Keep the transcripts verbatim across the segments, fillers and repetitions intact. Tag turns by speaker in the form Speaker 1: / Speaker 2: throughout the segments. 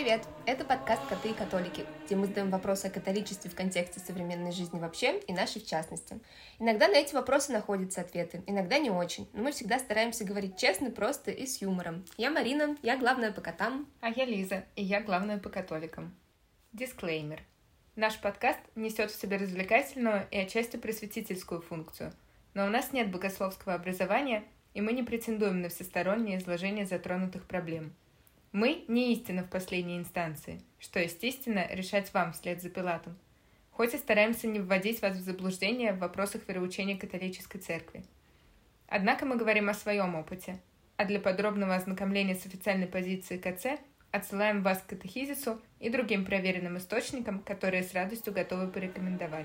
Speaker 1: Привет! Это подкаст «Коты и католики», где мы задаем вопросы о католичестве в контексте современной жизни вообще и нашей в частности. Иногда на эти вопросы находятся ответы, иногда не очень, но мы всегда стараемся говорить честно, просто и с юмором. Я Марина, я главная по котам.
Speaker 2: А я Лиза, и я главная по католикам. Дисклеймер. Наш подкаст несет в себе развлекательную и отчасти просветительскую функцию, но у нас нет богословского образования, и мы не претендуем на всестороннее изложение затронутых проблем. Мы не истина в последней инстанции, что, естественно, решать вам вслед за Пилатом, хоть и стараемся не вводить вас в заблуждение в вопросах вероучения католической церкви. Однако мы говорим о своем опыте, а для подробного ознакомления с официальной позицией КЦ отсылаем вас к катехизису и другим проверенным источникам, которые с радостью готовы порекомендовать.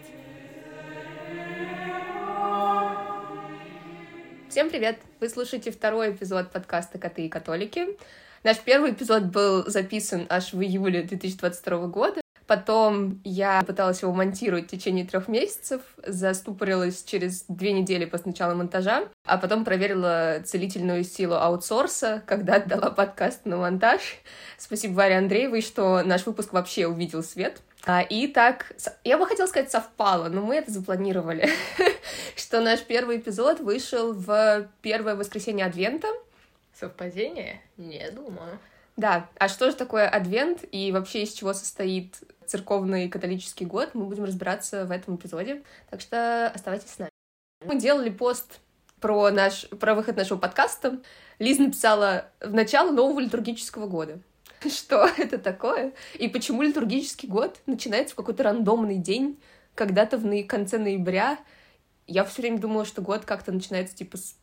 Speaker 1: Всем привет! Вы слушаете второй эпизод подкаста «Коты и католики». Наш первый эпизод был записан аж в июле две тысячи двадцать второго года. Потом я пыталась его монтировать в течение трех месяцев, заступорилась через две недели после начала монтажа, а потом проверила целительную силу аутсорса, когда отдала подкаст на монтаж. Спасибо Варе Андреевой, что наш выпуск вообще увидел свет. И так, я бы хотела сказать, совпало, но мы это запланировали, что наш первый эпизод вышел в первое воскресенье Адвента.
Speaker 2: Совпадение? Не думаю.
Speaker 1: Да, а что же такое Адвент и вообще из чего состоит церковный католический год, мы будем разбираться в этом эпизоде, так что оставайтесь с нами. Мы делали пост про, наш, про выход нашего подкаста. Лиза написала в начало нового литургического года. Что это такое? И почему литургический год начинается в какой-то рандомный день, когда-то в конце ноября? Я все время думала, что год как-то начинается типа с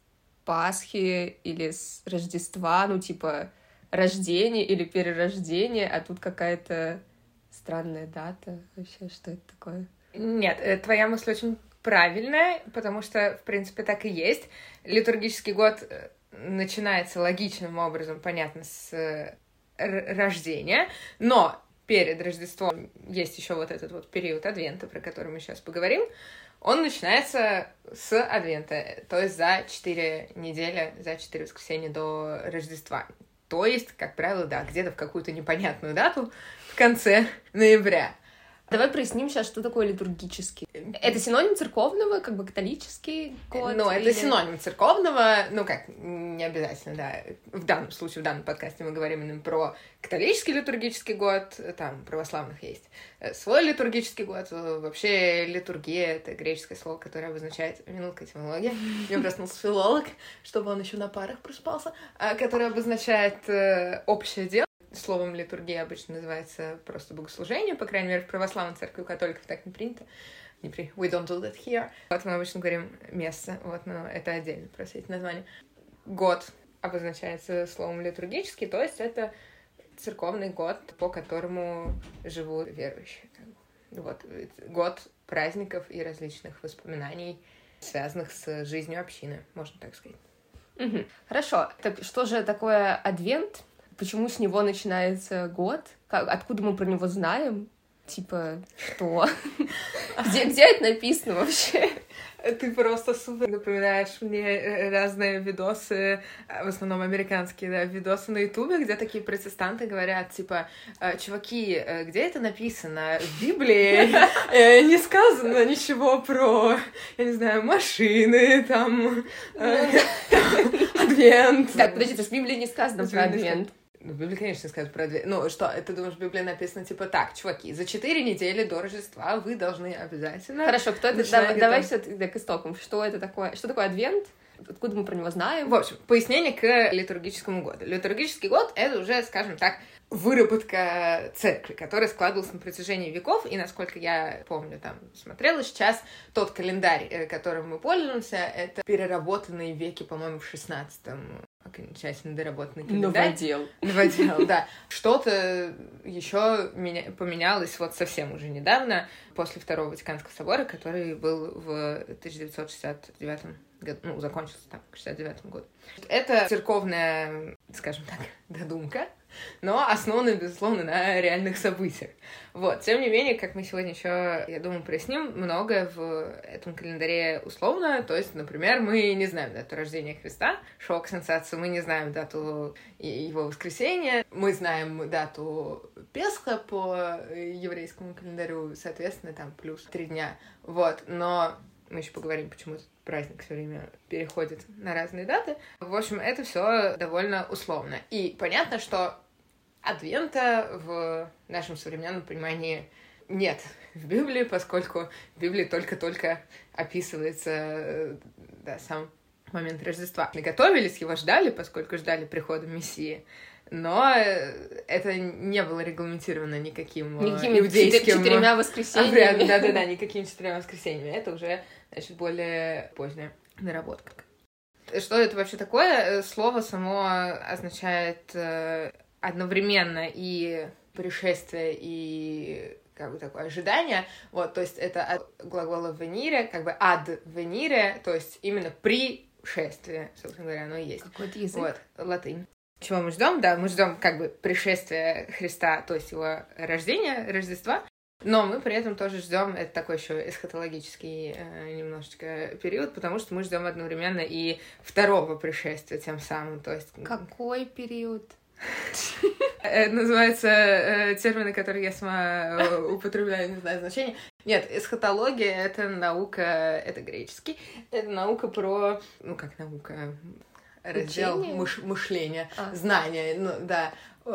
Speaker 1: Пасхи или с Рождества, ну типа рождение или перерождение, а тут какая-то странная дата. Вообще, что это такое?
Speaker 2: Нет, твоя мысль очень правильная, потому что, в принципе, так и есть. Литургический год начинается логичным образом, понятно, с рождения, но перед Рождеством есть еще вот этот вот период Адвента, про который мы сейчас поговорим. Он начинается с Адвента, то есть за четыре недели, за четыре воскресенья до Рождества. То есть, как правило, да, где-то в какую-то непонятную дату в конце ноября.
Speaker 1: Давай проясним сейчас, что такое литургический. Это синоним церковного, как бы католический год?
Speaker 2: Ну,
Speaker 1: или...
Speaker 2: это синоним церковного, ну как, не обязательно, да. В данном случае, в данном подкасте мы говорим именно про католический литургический год, там православных есть свой литургический год. Вообще литургия — это греческое слово, которое обозначает, минутка этимологии, мне проснулся филолог, чтобы он еще на парах проспался, которое обозначает общее дело. Словом литургия обычно называется просто богослужение, по крайней мере, в православной церкви, у католиков так не принято. Не при... We don't do that here. Вот мы обычно говорим место, вот, но это отдельно, просто эти названия. Год обозначается словом литургический, то есть это церковный год, по которому живут верующие. Вот, год праздников и различных воспоминаний, связанных с жизнью общины, можно так сказать.
Speaker 1: Угу. Хорошо, так что же такое Адвент? Почему с него начинается год? Как, откуда мы про него знаем? Типа, что? где, где это написано вообще?
Speaker 2: Ты просто супер напоминаешь мне разные видосы, в основном американские, да, видосы на Ютубе, где такие протестанты говорят, типа, чуваки, где это написано? В Библии не сказано ничего про, я не знаю, машины, там, Адвент.
Speaker 1: Так, подожди, то есть в Библии не сказано про Адвент?
Speaker 2: Ну, в Библии, конечно, сказать про Адвент. Ну, что, ты думаешь, в Библии написано, типа, так, чуваки, за четыре недели до Рождества вы должны обязательно...
Speaker 1: Хорошо, кто это... Давай, давай все к истокам. Что это такое? Что такое Адвент? Откуда мы про него знаем?
Speaker 2: В общем, пояснение к литургическому году. Литургический год — это уже, скажем так, выработка церкви, которая складывалась на протяжении веков, и, насколько я помню, там, смотрела сейчас, тот календарь, которым мы пользуемся, это переработанные веки, по-моему, в шестнадцатом, окончательно доработанный календарь.
Speaker 1: Новодел.
Speaker 2: Новодел, да. Что-то еще меня... поменялось вот совсем уже недавно, после Второго Ватиканского собора, который был в тысяча девятьсот шестьдесят девятом году, ну, закончился там, в шестьдесят девятом году. Это церковная, скажем так, додумка, но основаны, безусловно, на реальных событиях. Вот. Тем не менее, как мы сегодня еще, я думаю, проясним, многое в этом календаре условно. То есть, например, мы не знаем дату рождения Христа, шок, сенсация, мы не знаем дату его воскресения, мы знаем дату Песха по еврейскому календарю, соответственно, там плюс три дня. Вот. Но мы еще поговорим, почему этот праздник все время переходит на разные даты. В общем, это все довольно условно. И понятно, что Адвента в нашем современном понимании нет в Библии, поскольку в Библии только-только описывается, да, сам момент Рождества. Мы готовились, его ждали, поскольку ждали прихода Мессии, но это не было регламентировано никаким
Speaker 1: Никакими
Speaker 2: иудейским
Speaker 1: четырьмя воскресеньями.
Speaker 2: обрядом. Да-да-да, никакими четырьмя воскресеньями. Это уже, значит, более поздняя наработка. Что это вообще такое? Слово само означает одновременно и пришествие, и как бы такое ожидание. Вот, то есть это от глагола «венире», как бы «ад венире», то есть именно пришествие, собственно говоря, оно и есть.
Speaker 1: Какой-то язык.
Speaker 2: Вот, латынь. Чего мы ждем? Да, мы ждем как бы пришествия Христа, то есть его рождения, Рождества, но мы при этом тоже ждем, это такой еще эсхатологический э, немножечко период, потому что мы ждем одновременно и второго пришествия тем самым, то есть...
Speaker 1: Какой период?
Speaker 2: Это называется термины, которые я сама употребляю, не знаю значения. Нет, эсхатология — это наука, это греческий, это наука про, ну как наука, раздел мыш, мышления, а. знания, ну да,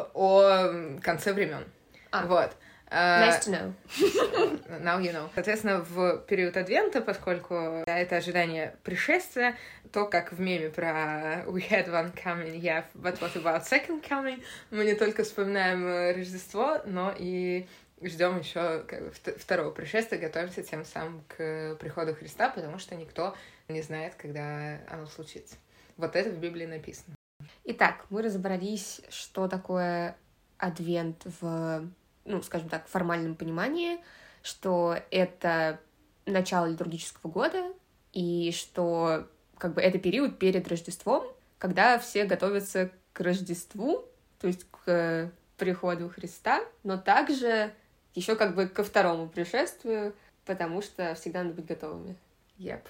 Speaker 2: о конце времен.
Speaker 1: А.
Speaker 2: Вот.
Speaker 1: Nice to know.
Speaker 2: Now you know. Соответственно, в период Адвента, поскольку да, это ожидание пришествия, то, как в меме про We had one coming, yeah, but what about second coming, мы не только вспоминаем Рождество, но и ждем еще как бы, второго пришествия, готовимся тем самым к приходу Христа, потому что никто не знает, когда оно случится. Вот это в Библии написано.
Speaker 1: Итак, мы разобрались, что такое Адвент в, ну, скажем так, формальном понимании, что это начало литургического года, и что как бы это период перед Рождеством, когда все готовятся к Рождеству, то есть к приходу Христа, но также еще как бы ко второму пришествию, потому что всегда надо быть готовыми.
Speaker 2: Yep.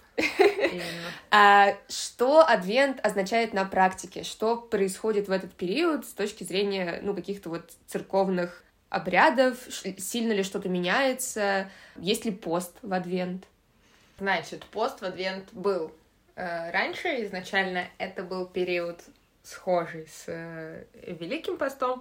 Speaker 1: А что Адвент означает на практике? Что происходит в этот период с точки зрения, ну, каких-то вот церковных обрядов? Сильно ли что-то меняется? Есть ли пост в Адвент?
Speaker 2: Значит, пост в Адвент был э, раньше. Изначально это был период схожий с э, Великим постом,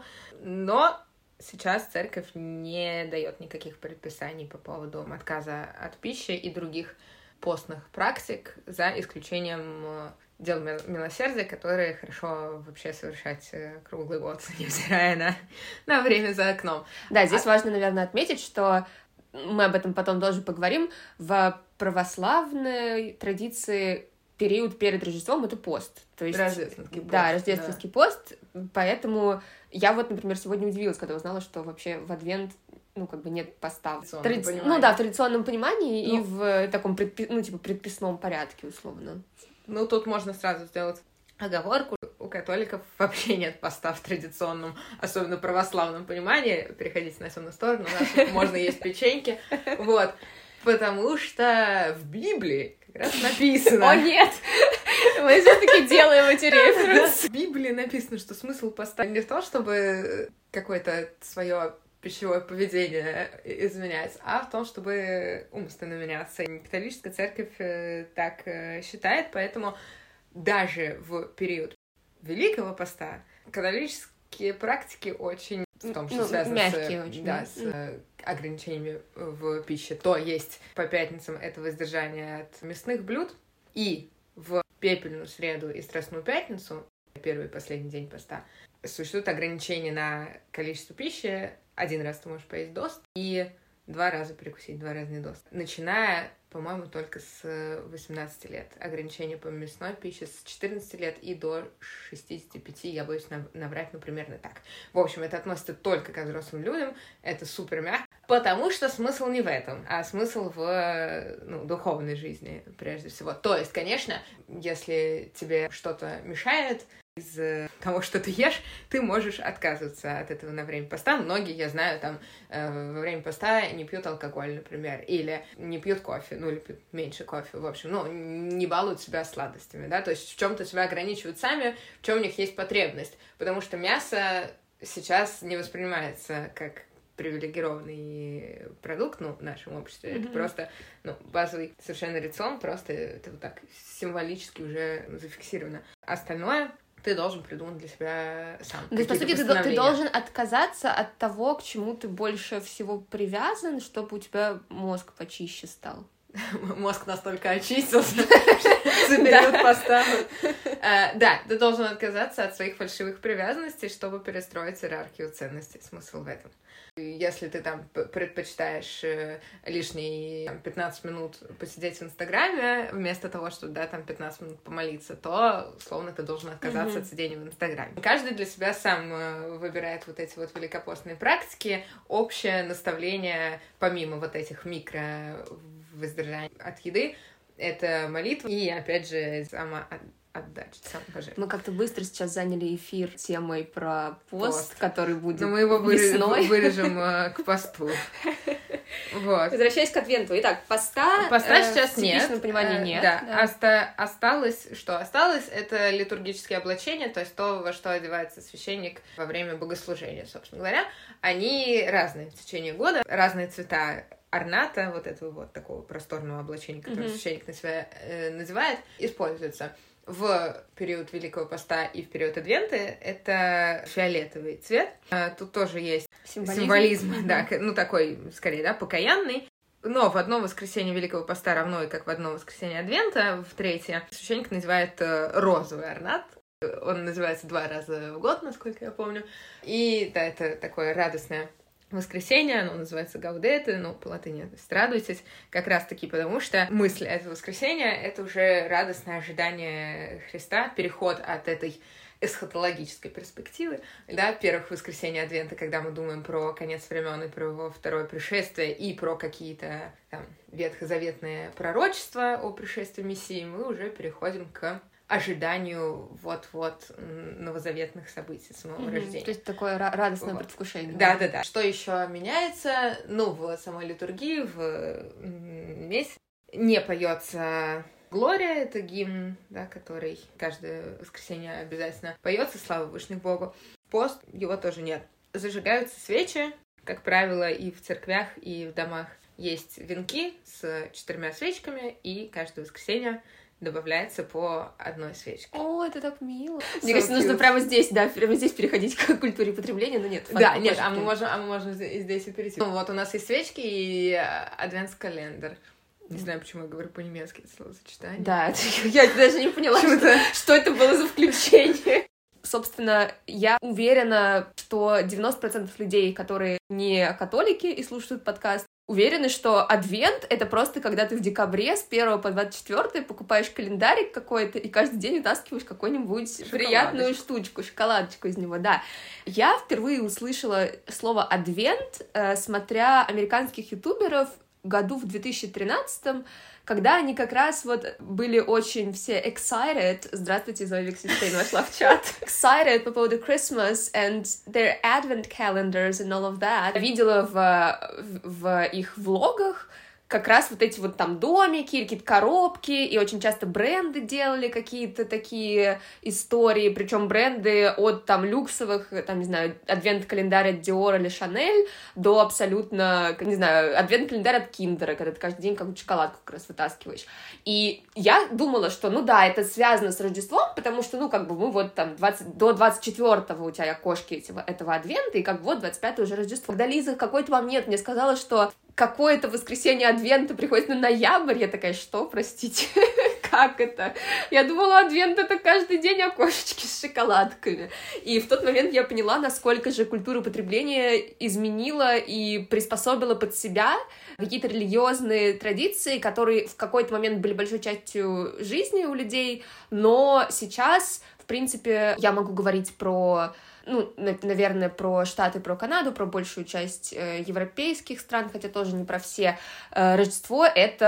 Speaker 2: но сейчас церковь не дает никаких предписаний по поводу отказа от пищи и других постных практик, за исключением дел милосердия, которые хорошо вообще совершать круглый год, невзирая на, на время за окном.
Speaker 1: Да, здесь а... важно, наверное, отметить, что мы об этом потом тоже поговорим. В православной традиции период перед Рождеством — это пост. То есть,
Speaker 2: рождественский пост.
Speaker 1: Да, рождественский да. пост. Поэтому я вот, например, сегодня удивилась, когда узнала, что вообще в Адвент ну, как бы нет поста. Тради... Ну да, в традиционном понимании ну, и в таком предпи... ну, типа, предписном порядке, условно.
Speaker 2: Ну, тут можно сразу сделать оговорку. У католиков вообще нет поста в традиционном, особенно православном понимании. Переходите на темную сторону, можно есть печеньки. Вот. Потому что в Библии как раз написано...
Speaker 1: О, нет! Мы все-таки делаем эти референсы.
Speaker 2: В Библии написано, что смысл поста не в том, чтобы какое-то свое пищевое поведение изменять, а в том, чтобы умственно меняться. Католическая церковь так считает, поэтому даже в период Великого поста католические практики очень, в том, что
Speaker 1: ну,
Speaker 2: связано
Speaker 1: мягкие
Speaker 2: с,
Speaker 1: очень,
Speaker 2: да,
Speaker 1: да.
Speaker 2: с ограничениями в пище, то есть по пятницам это воздержание от мясных блюд, и в пепельную среду и страстную пятницу, первый и последний день поста, существуют ограничения на количество пищи. Один раз ты можешь поесть дост и два раза перекусить, два раза не дост. Начиная, по-моему, только с восемнадцати лет. Ограничения по мясной пище с четырнадцати лет и до шестидесяти пяти, я боюсь наврать, ну, примерно так. В общем, это относится только к взрослым людям, это супер мягко, потому что смысл не в этом, а смысл в, ну, духовной жизни, прежде всего. То есть, конечно, если тебе что-то мешает, из того, что ты ешь, ты можешь отказываться от этого на время поста. Многие, я знаю, там э, во время поста не пьют алкоголь, например, или не пьют кофе, ну, или пьют меньше кофе, в общем, ну, не балуют себя сладостями, да, то есть в чем-то себя ограничивают сами, в чем у них есть потребность, потому что мясо сейчас не воспринимается как привилегированный продукт, ну, в нашем обществе. Mm-hmm. Это просто, ну, базовый совершенно рацион, просто это вот так символически уже зафиксировано. Остальное ты должен придумать для себя сам.
Speaker 1: То есть, по сути, ты, ты должен отказаться от того, к чему ты больше всего привязан, чтобы у тебя мозг почище стал.
Speaker 2: Мозг настолько очистился за период поста. Да, ты должен отказаться от своих фальшивых привязанностей, чтобы перестроить иерархию ценностей. Смысл в этом. Если ты там предпочитаешь лишние пятнадцать минут посидеть в Инстаграме, вместо того, чтобы, да, там пятнадцать минут помолиться, то, условно, ты должен отказаться mm-hmm. от сидения в Инстаграме. Каждый для себя сам выбирает вот эти вот великопостные практики. Общее наставление, помимо вот этих микро воздержания от еды, это молитва и, опять же, сама отдача, самопожертвование.
Speaker 1: Мы как-то быстро сейчас заняли эфир темой про пост, пост. который будет
Speaker 2: Но мы его
Speaker 1: весной.
Speaker 2: вырежем э, к посту. Вот.
Speaker 1: Возвращаясь к Адвенту. Итак, поста,
Speaker 2: поста э, сейчас
Speaker 1: в типичном понимании
Speaker 2: э,
Speaker 1: нет.
Speaker 2: Да.
Speaker 1: да.
Speaker 2: Оста- осталось, что осталось, это литургические облачения, то есть то, во что одевается священник во время богослужения, собственно говоря. Они разные в течение года, разные цвета орната, вот этого вот такого просторного облачения, которое mm-hmm. священник на себя э, называет, используется. В период Великого Поста и в период Адвента это фиолетовый цвет. Тут тоже есть символизм, символизм mm-hmm. да, ну такой, скорее, да, покаянный. Но в одно воскресенье Великого Поста, равно и как в одно воскресенье Адвента, в третье, священник называет розовый орнат. Он называется два раза в год, насколько я помню. И да, это такое радостное воскресенье, оно называется Гаудете, ну, по латыни, то есть радуйтесь, как раз-таки потому, что мысль этого воскресенья — это уже радостное ожидание Христа, переход от этой эсхатологической перспективы, да, первых воскресений Адвента, когда мы думаем про конец времен и про его второе пришествие, и про какие-то там ветхозаветные пророчества о пришествии Мессии, мы уже переходим к ожиданию вот-вот новозаветных событий самого mm-hmm. рождения.
Speaker 1: То есть такое радостное вот. предвкушение.
Speaker 2: Да-да-да. Что еще меняется? Ну, в самой литургии, в месяц не поется Глория, это гимн, да, который каждое воскресенье обязательно поется, слава Вышних Богу. Пост, его тоже нет. Зажигаются свечи, как правило, и в церквях, и в домах. Есть венки с четырьмя свечками, и каждое воскресенье добавляется по одной свечке.
Speaker 1: О, это так мило. Мне кажется, нужно прямо здесь, да, прямо здесь переходить к культуре потребления, но нет.
Speaker 2: Да, нет, а мы можем, а мы можем здесь и перейти. Ну, вот у нас есть свечки и адвентс-календарь. Не знаю, почему я говорю по-немецки это словосочетание.
Speaker 1: Да, я даже не поняла, что, что это было за включение. Собственно, я уверена, что девяносто процентов людей, которые не католики и слушают подкаст, уверены, что Адвент — это просто когда ты в декабре с первого по двадцать четвёртое покупаешь календарик какой-то и каждый день вытаскиваешь какую-нибудь приятную штучку, шоколадочку из него, да. Я впервые услышала слово «Адвент», э, смотря американских ютуберов году в две тысячи тринадцатом, когда они как раз вот были очень все excited. Здравствуйте, Зоя Виксенштейн вошла в чат. Excited по поводу Christmas and their advent calendars and all of that. Видела в, в, в их влогах как раз вот эти вот там домики, какие-то коробки, и очень часто бренды делали какие-то такие истории, причем бренды от там люксовых, там, не знаю, адвент-календарь от Dior или Chanel до абсолютно, не знаю, адвент-календарь от Киндера, когда ты каждый день какую-то шоколадку как раз вытаскиваешь. И я думала, что, ну да, это связано с Рождеством, потому что, ну, как бы мы вот там двадцать, до двадцать четвёртого у тебя окошки этого, этого адвента, и как бы вот двадцать пятого уже Рождество. Когда Лиза в какой-то момент мне сказала, что какое-то воскресенье Адвента приходит на ноябрь, я такая, что, простите, как это? Я думала, Адвент — это каждый день окошечки с шоколадками. И в тот момент я поняла, насколько же культура потребления изменила и приспособила под себя какие-то религиозные традиции, которые в какой-то момент были большой частью жизни у людей, но сейчас, в принципе, я могу говорить про... ну, наверное, про Штаты, про Канаду, про большую часть э, европейских стран, хотя тоже не про все. Э, Рождество — это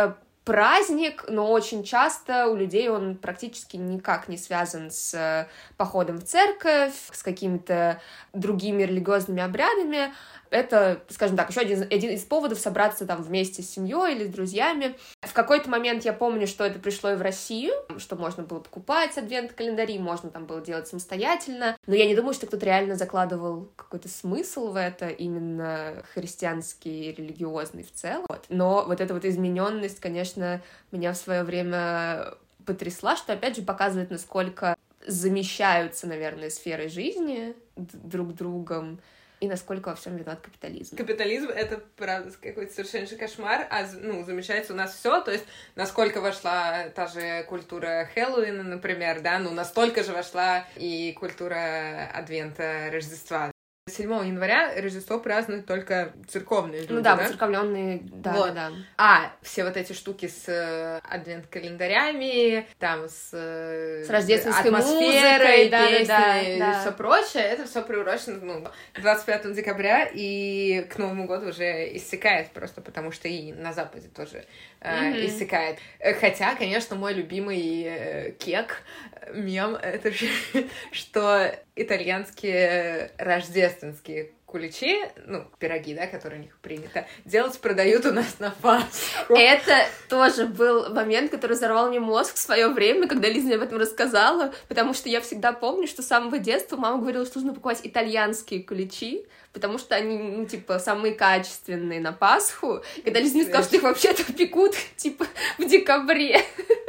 Speaker 1: праздник, но очень часто у людей он практически никак не связан с походом в церковь, с какими-то другими религиозными обрядами. Это, скажем так, еще один, один из поводов собраться там вместе с семьей или с друзьями. В какой-то момент я помню, что это пришло и в Россию, что можно было покупать адвент-календари, можно там было делать самостоятельно, но я не думаю, что кто-то реально закладывал какой-то смысл в это, именно христианский, религиозный в целом. Вот. Но вот эта вот измененность, конечно, меня в свое время потрясла, что, опять же, показывает, насколько замещаются, наверное, сферы жизни друг другом, и насколько во всем виноват капитализм.
Speaker 2: Капитализм — это, правда, какой-то совершеннейший кошмар, а, ну, замечается у нас все, то есть насколько вошла та же культура Хэллоуина, например, да, ну, настолько же вошла и культура Адвента, Рождества. седьмого января Рождество празднуют только церковные люди,
Speaker 1: ну да,
Speaker 2: да?
Speaker 1: церковленные, да,
Speaker 2: вот.
Speaker 1: да, да.
Speaker 2: А все вот эти штуки с э, адвент-календарями, там с, э,
Speaker 1: с рождественской
Speaker 2: атмосферой,
Speaker 1: музыкой, да,
Speaker 2: песнями,
Speaker 1: да,
Speaker 2: и
Speaker 1: да.
Speaker 2: все прочее, это все приурочено, ну, двадцать пятого декабря, и к Новому году уже иссякает просто, потому что и на Западе тоже э, mm-hmm. иссякает. Хотя, конечно, мой любимый э, кек, мем, это же, что итальянские рождественские куличи, ну, пироги, да, которые у них принято делать, продают у нас на Пасху.
Speaker 1: Это тоже был момент, который взорвал мне мозг в свое время, когда Лиза мне об этом рассказала, потому что я всегда помню, что с самого детства мама говорила, что нужно покупать итальянские куличи, потому что они, ну, типа, самые качественные на Пасху. Когда Лиза мне сказала, что их вообще-то пекут, типа, в декабре.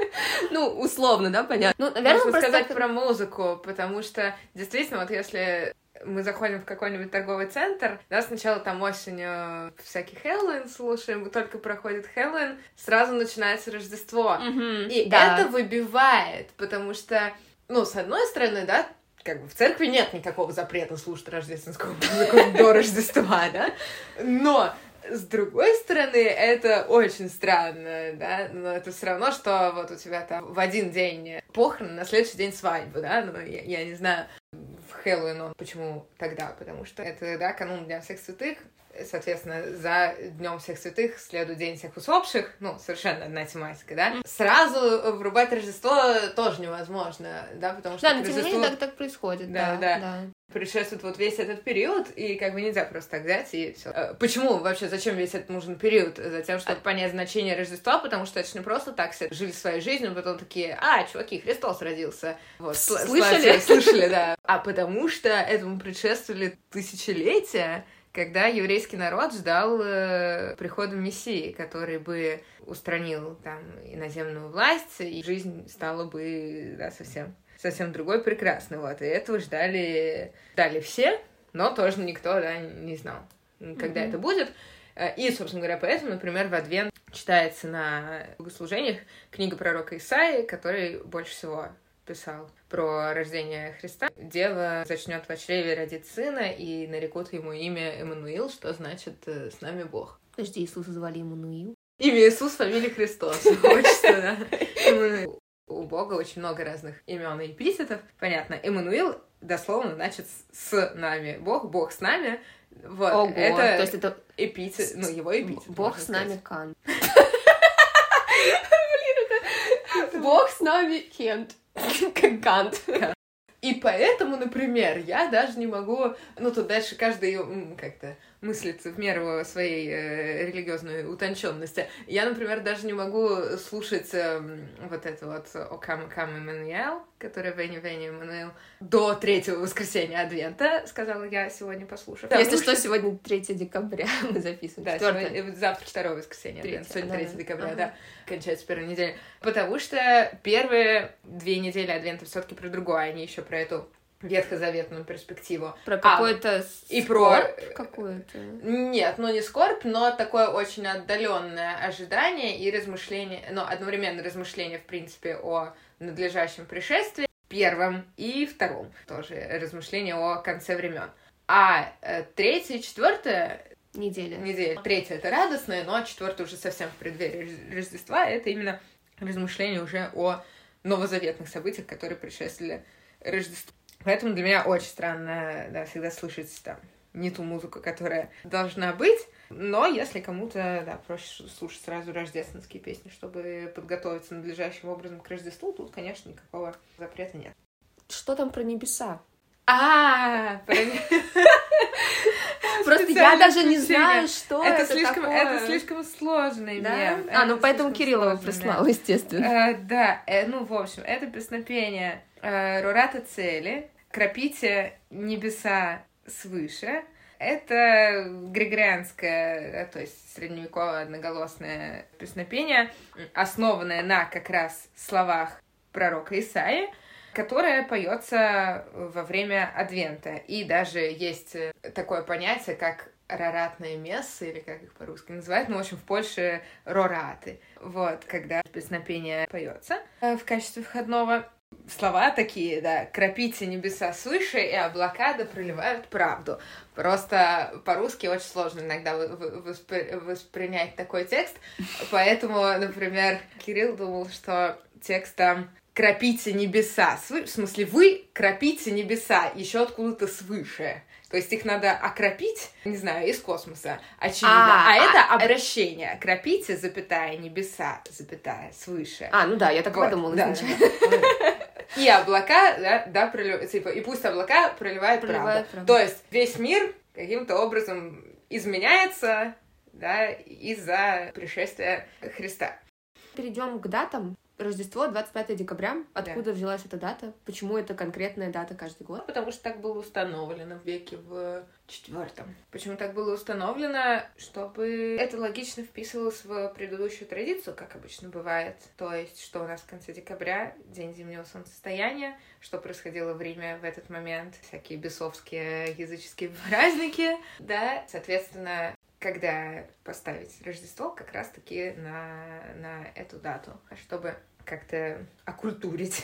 Speaker 1: Ну, условно, да, понятно. Ну, наверное,
Speaker 2: можно
Speaker 1: просто...
Speaker 2: сказать про музыку, потому что, действительно, вот если мы заходим в какой-нибудь торговый центр, да, сначала там осенью всякий Хэллоуин слушаем, только проходит Хэллоуин, сразу начинается Рождество.
Speaker 1: Mm-hmm,
Speaker 2: и
Speaker 1: да.
Speaker 2: это выбивает, потому что, ну, с одной стороны, да, как бы в церкви нет никакого запрета слушать рождественскую музыку до Рождества, да, но с другой стороны, это очень странно, да, но это все равно, что вот у тебя там в один день похороны, на следующий день свадьбы, да, ну, я, я не знаю, в Хэллоуин он почему тогда, потому что это, да, канун Дня всех святых, соответственно, за Днем всех святых следует День всех усопших, ну, совершенно одна тематика, да. Сразу врубать Рождество тоже невозможно, да, потому что...
Speaker 1: Да, но
Speaker 2: Рождество...
Speaker 1: тем не менее так, так происходит,
Speaker 2: да,
Speaker 1: да,
Speaker 2: да.
Speaker 1: да.
Speaker 2: Предшествует вот весь этот период, и как бы нельзя просто так взять и все. Почему вообще, зачем весь этот нужен период? Затем, чтобы понять значение Рождества, потому что это же не просто так все жили своей жизнью, потом такие, а, чуваки, Христос родился. Вот.
Speaker 1: Слышали?
Speaker 2: Слышали, да. А потому что этому предшествовали тысячелетия, когда еврейский народ ждал э, прихода Мессии, который бы устранил там иноземную власть, и жизнь стала бы, да, совсем... совсем другой, прекрасный, вот, и этого ждали, ждали все, но тоже никто, да, не знал, когда mm-hmm. это будет, и, собственно говоря, поэтому, например, в Адвент читается на богослужениях книга пророка Исаии, который больше всего писал про рождение Христа. Дева зачнет в чреве, родит сына, и нарекут ему имя Эммануил, что значит «с нами Бог».
Speaker 1: Подожди, Иисуса звали Эммануил?
Speaker 2: Имя Иисус, фамилия Христос, хочется, да. У Бога очень много разных имен и эпитетов. Понятно, Эммануил дословно значит «с нами Бог», «Бог с нами». Вот,
Speaker 1: Ого,
Speaker 2: это
Speaker 1: то есть это
Speaker 2: эпитет, ну, его эпитет.
Speaker 1: Бог с нами Кант. Бог с нами Кент. Как Кант.
Speaker 2: И поэтому, например, я даже не могу... Ну, тут дальше каждый как-то мыслит в меру своей э, религиозной утонченности. Я, например, даже не могу слушать э, вот это вот «О кам кам Эммануэл», которое «Вени Вени Эммануэл», до третьего воскресенья Адвента, сказала я сегодня, послушав.
Speaker 1: Если что, сегодня третьего декабря мы записываем.
Speaker 2: Да, сегодня, завтра второе воскресенье Адвента, сегодня третьего декабря, да, кончается первая неделя. Потому что первые две недели Адвента все-таки про другое, они еще про эту ветхозаветную перспективу.
Speaker 1: Про какой-то а,
Speaker 2: и про
Speaker 1: какую-то.
Speaker 2: Нет, ну не скорбь, но такое очень отдаленное ожидание и размышление, ну, одновременно размышление, в принципе, о надлежащем пришествии, первом и втором, тоже размышление о конце времен. А э, третье и четвертое
Speaker 1: неделя.
Speaker 2: неделя. Третье — это радостное, но четвертое уже совсем в преддверии Рождества. Это именно размышление уже о новозаветных событиях, которые предшествовали Рождеству. Поэтому для меня очень странно, да, всегда слышать там не ту музыку, которая должна быть. Но если кому-то, да, проще слушать сразу рождественские песни, чтобы подготовиться надлежащим образом к Рождеству, тут, конечно, никакого запрета нет.
Speaker 1: Что там про небеса?
Speaker 2: А,
Speaker 1: Просто я даже не знаю, что это
Speaker 2: слишком,
Speaker 1: такое.
Speaker 2: Это слишком сложный
Speaker 1: да?
Speaker 2: мем.
Speaker 1: А, ну поэтому Кириллова прислал, естественно.
Speaker 2: Да, ну, в общем, это песнопение Рурата Цели, «Кропите небеса свыше». Это григорианское, то есть средневековое одноголосное песнопение, основанное на как раз словах пророка Исаии, которое поется во время Адвента. И даже есть такое понятие, как роратная месса, или как их по-русски называют, ну, в общем, в Польше рораты. Вот, когда песнопение поется в качестве входного. Слова такие, да, «Кропите небеса свыше, и облака да проливают правду». Просто по-русски очень сложно иногда воспри- воспринять такой текст, поэтому, например, Кирилл думал, что текст там «Кропите небеса свыше», в смысле «Вы кропите небеса еще откуда-то свыше». То есть их надо окропить, не знаю, из космоса, очевидно. А, а это а, обращение. Кропите, запятая, небеса, запятая, свыше.
Speaker 1: А, ну да, я так вот. подумала
Speaker 2: да,
Speaker 1: изначально.
Speaker 2: Да, да. И облака, да, да проливают, типа, и пусть облака проливают, проливают правду. правду. То есть весь мир каким-то образом изменяется, да, из-за пришествия Христа.
Speaker 1: Перейдем к датам. Рождество, двадцать пятое декабря. Откуда
Speaker 2: да.
Speaker 1: взялась эта дата? Почему это конкретная дата каждый год?
Speaker 2: Потому что так было установлено в веке в четвертом. Почему так было установлено? Чтобы это логично вписывалось в предыдущую традицию, как обычно бывает. То есть, что у нас в конце декабря, день зимнего солнцестояния, что происходило в Риме в этот момент, всякие бесовские языческие праздники, да, соответственно, когда поставить Рождество как раз-таки на, на эту дату, чтобы как-то окультурить